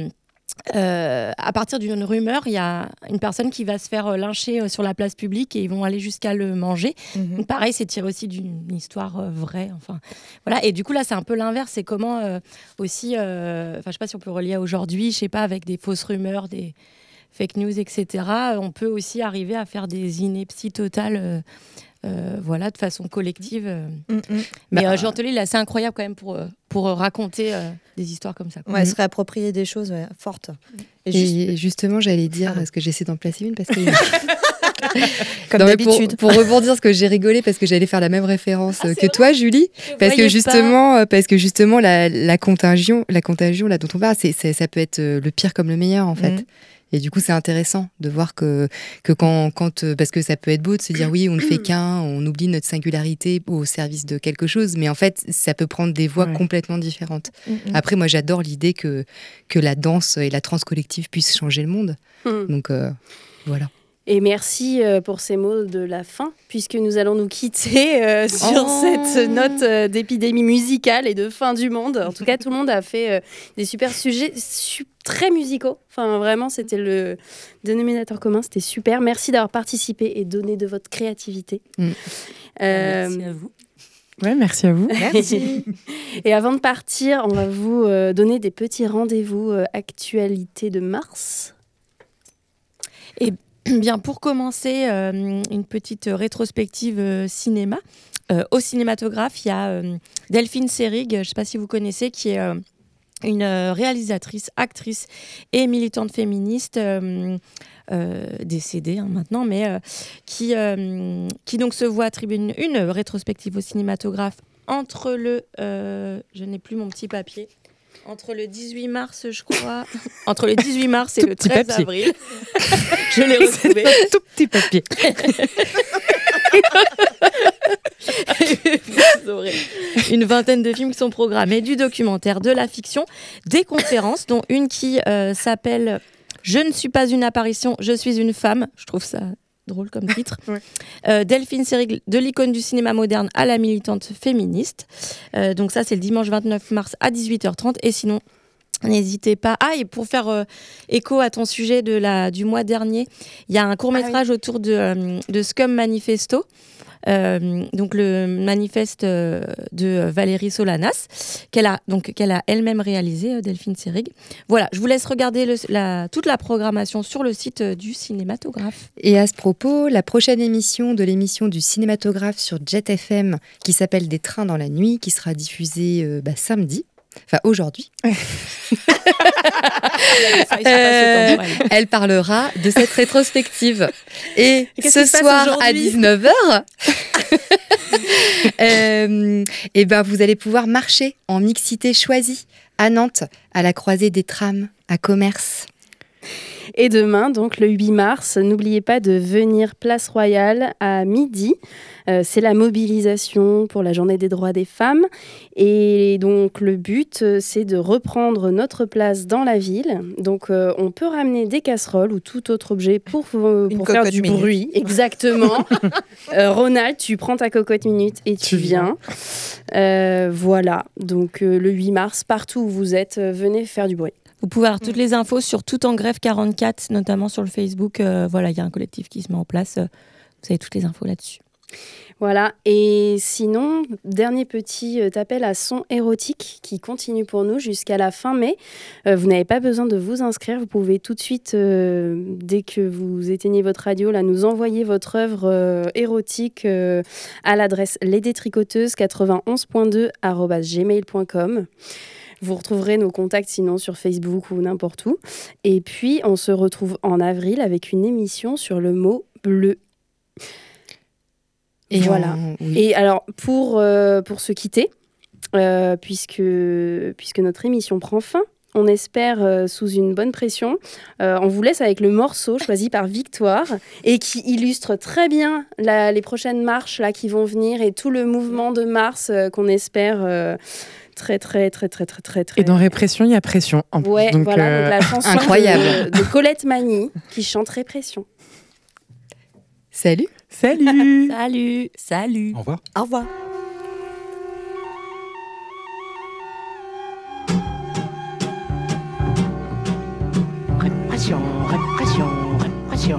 à partir d'une rumeur, il y a une personne qui va se faire lyncher sur la place publique et ils vont aller jusqu'à le manger. Donc, pareil, c'est tiré aussi d'une histoire vraie. Enfin, voilà. Et du coup, là, c'est un peu l'inverse. C'est comment aussi, je sais pas si on peut relier à aujourd'hui, je sais pas, avec des fausses rumeurs, des fake news, etc. On peut aussi arriver à faire des inepties totales. Voilà, de façon collective. Mais Jean Telet, il est assez incroyable quand même pour raconter des histoires comme ça. Ouais, se réapproprier des choses fortes. Et justement, j'allais dire, parce que j'essaie d'en placer une, parce que... Comme d'habitude. Pour rebondir, parce que j'ai rigolé, parce que j'allais faire la même référence que toi, Julie. Parce que justement, la contagion là, dont on parle, ça peut être le pire comme le meilleur, en fait. Et du coup, c'est intéressant de voir que quand parce que ça peut être beau de se dire oui, on ne fait qu'un, on oublie notre singularité au service de quelque chose, mais en fait, ça peut prendre des voies complètement différentes. Après, moi, j'adore l'idée que la danse et la trance collective puissent changer le monde. Donc, voilà. Et merci pour ces mots de la fin, puisque nous allons nous quitter sur cette note d'épidémie musicale et de fin du monde. En tout cas, tout le monde a fait des super sujets très musicaux. Enfin, vraiment, c'était le dénominateur commun. C'était super. Merci d'avoir participé et donné de votre créativité. Merci à vous. Ouais, merci à vous. Merci. Et avant de partir, on va vous donner des petits rendez-vous actualité de mars. Et bien, pour commencer, une petite rétrospective cinéma. Au cinématographe, il y a Delphine Seyrig, je ne sais pas si vous connaissez, qui est une réalisatrice, actrice et militante féministe décédée maintenant, mais qui donc se voit attribuer une rétrospective au cinématographe entre le... je n'ai plus mon petit papier. Entre le 18 mars, je crois. Entre le 18 mars et le 13 avril. Je l'ai retrouvé. Tout petit papier. Vous aurez une vingtaine de films qui sont programmés, du documentaire, de la fiction, des conférences, dont une qui s'appelle « Je ne suis pas une apparition, je suis une femme ». Je trouve ça drôle comme titre. Delphine Seyrig, de l'icône du cinéma moderne à la militante féministe. Donc ça, c'est le dimanche 29 mars à 18h30. Et sinon, n'hésitez pas. Ah, et pour faire écho à ton sujet du mois dernier, il y a un court-métrage autour de Scum Manifesto. Donc le manifeste de Valérie Solanas qu'elle a elle-même réalisé, Delphine Seyrig. Voilà, je vous laisse regarder toute la programmation sur le site du cinématographe. Et à ce propos, la prochaine émission de l'émission du cinématographe sur Jet FM qui s'appelle Des trains dans la nuit, qui sera diffusée samedi. Enfin, aujourd'hui. Elle parlera de cette rétrospective. Et ce soir à 19h, vous allez pouvoir marcher en mixité choisie à Nantes, à la croisée des trams, à Commerce. Et demain, donc le 8 mars, n'oubliez pas de venir Place Royale à midi. C'est la mobilisation pour la journée des droits des femmes. Et donc le but, c'est de reprendre notre place dans la ville. Donc on peut ramener des casseroles ou tout autre objet pour faire du bruit. Exactement. Ronald, tu prends ta cocotte minute et tu viens. Voilà. Donc le 8 mars, partout où vous êtes, venez faire du bruit. Vous pouvez avoir toutes les infos sur Tout en Grève 44, notamment sur le Facebook. Voilà, il y a un collectif qui se met en place. Vous avez toutes les infos là-dessus. Voilà, et sinon, dernier petit appel à son érotique qui continue pour nous jusqu'à la fin mai. Vous n'avez pas besoin de vous inscrire, vous pouvez tout de suite, dès que vous éteignez votre radio, là, nous envoyer votre œuvre érotique à l'adresse lesdétricoteuses91.2@gmail.com. Vous retrouverez nos contacts sinon sur Facebook ou n'importe où. Et puis, on se retrouve en avril avec une émission sur le mot bleu. Et voilà. Oui. Et alors, pour se quitter, puisque notre émission prend fin, on espère sous une bonne pression. On vous laisse avec le morceau choisi par Victoire et qui illustre très bien les prochaines marches là, qui vont venir et tout le mouvement de mars qu'on espère très. Et dans Répression, il y a pression. Ouais, donc, donc la chanson incroyable. de Colette Magny qui chante Répression. Salut. Salut. Salut. Salut. Au revoir. Au revoir. Répression, répression, répression.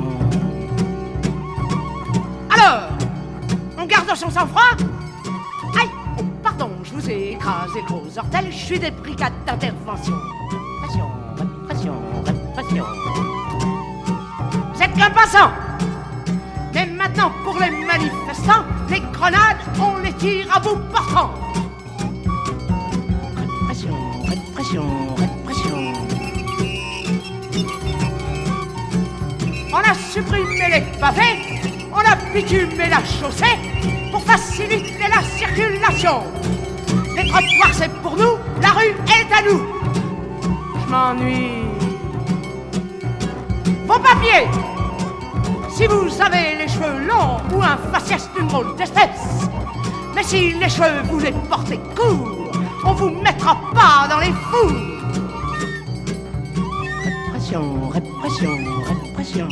Alors, on garde son sang-froid? Aïe, oh, pardon, je vous ai écrasé le gros ortel, je suis des brigades d'intervention. Répression, répression, répression. Vous êtes qu'un passant. Mais maintenant, pour les manifestants, les grenades, on les tire à bout portant. Répression, répression, répression. On a supprimé les pavés, on a bitumé la chaussée pour faciliter la circulation. Les trottoirs c'est pour nous, la rue est à nous. Je m'ennuie. Vos papiers, si vous avez les cheveux longs ou un faciès d'une drôle d'espèce, mais si les cheveux vous les portez courts, on vous mettra pas dans les fours. Répression, répression, répression.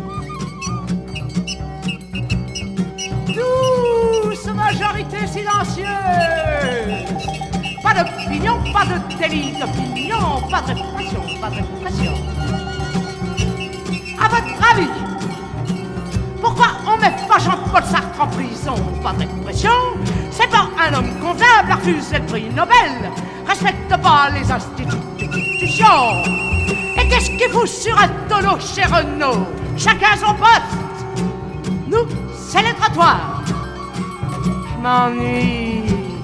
Douce majorité silencieuse. Pas d'opinion, pas de délit d'opinion, pas de répression, pas de répression. À votre avis, pourquoi on met pas Jean-Paul Sartre en prison? Pas de répression. C'est pas un homme convenable à refuser le prix Nobel. Respecte pas les institutions. Et qu'est-ce qu'il fout sur un tonneau chez Renault? Chacun son poste. Nous, c'est les trottoirs. Je m'ennuie.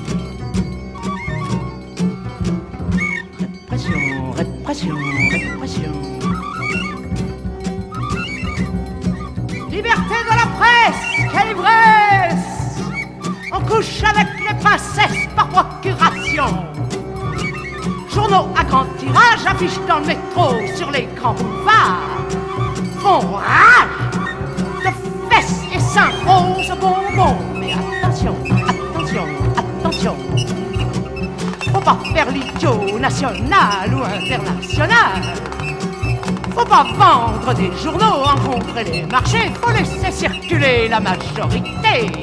Répression, répression, répression. Liberté de la presse, quelle ivresse! On couche avec les princesses par procuration. Journaux à grand tirage affichent dans le métro sur les grands boulevards. Font rage de fesses et seins roses bonbons. Mais attention, attention, attention. Faut pas faire l'idiot national ou international. Faut pas vendre des journaux, rencontrer les marchés. Faut laisser circuler la majorité.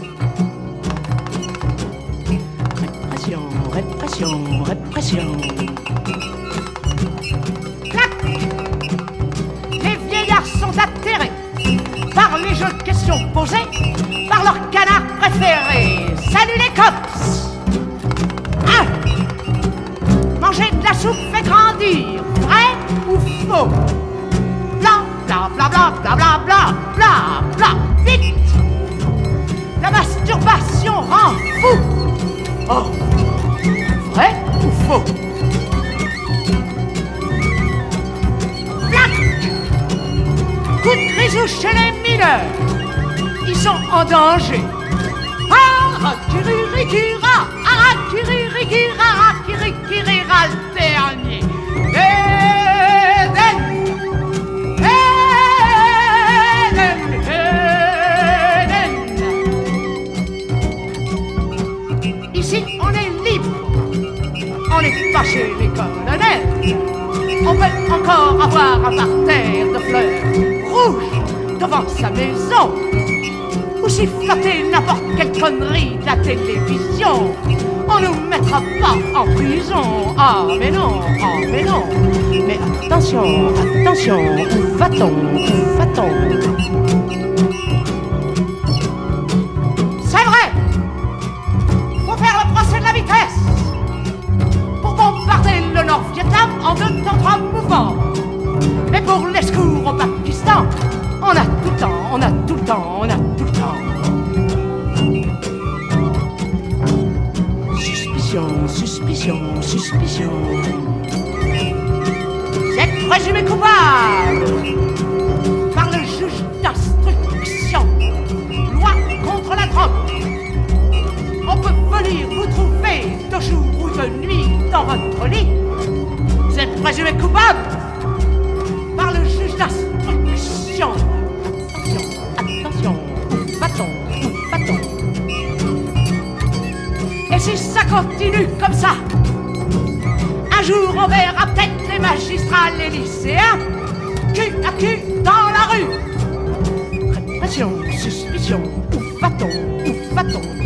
Répression, répression, répression. Clac! Les vieillards sont atterrés par les jeux de questions posées par leur canard préféré. Salut les cops! Manger de la soupe fait grandir, vrai ou faux? Bla bla bla bla bla bla bla bla bla. Vite! La masturbation rend fou. Oh! Vrai ou faux? Black! Coup de grisou chez les mineurs. Ils sont en danger. Arakiririkira, arakiririkira, arakiririkira, le dernier. Eden, Eden, Eden. Ici, on est libre. On n'est pas chez les colonels. On peut encore avoir un parterre de fleurs rouges devant sa maison. Ou siffloter n'importe quelle connerie de la télévision. On nous mettra pas en prison. Ah mais non, ah mais non. Mais attention, attention, où va-t-on, où va-t-on? C'est vrai. Faut faire le procès de la vitesse pour bombarder le Nord-Vietnam en 2 temps 3 mouvements. Mais pour les secours au Pakistan, on a tout le temps, on a tout le temps, on a tout le temps. Suspicion, suspicion. suspicion, suspicion. Vous êtes présumé coupable par le juge d'instruction. Loi contre la drogue. On peut venir vous trouver de jour ou de nuit dans votre lit. Vous êtes présumé coupable par le juge d'instruction. Attention, où va-t-on, où va-t-on? Et si ça continue comme ça, un jour on verra peut-être les magistrats, les lycéens, cul à cul dans la rue. Répression, suspicion, où va-t-on, où va-t-on?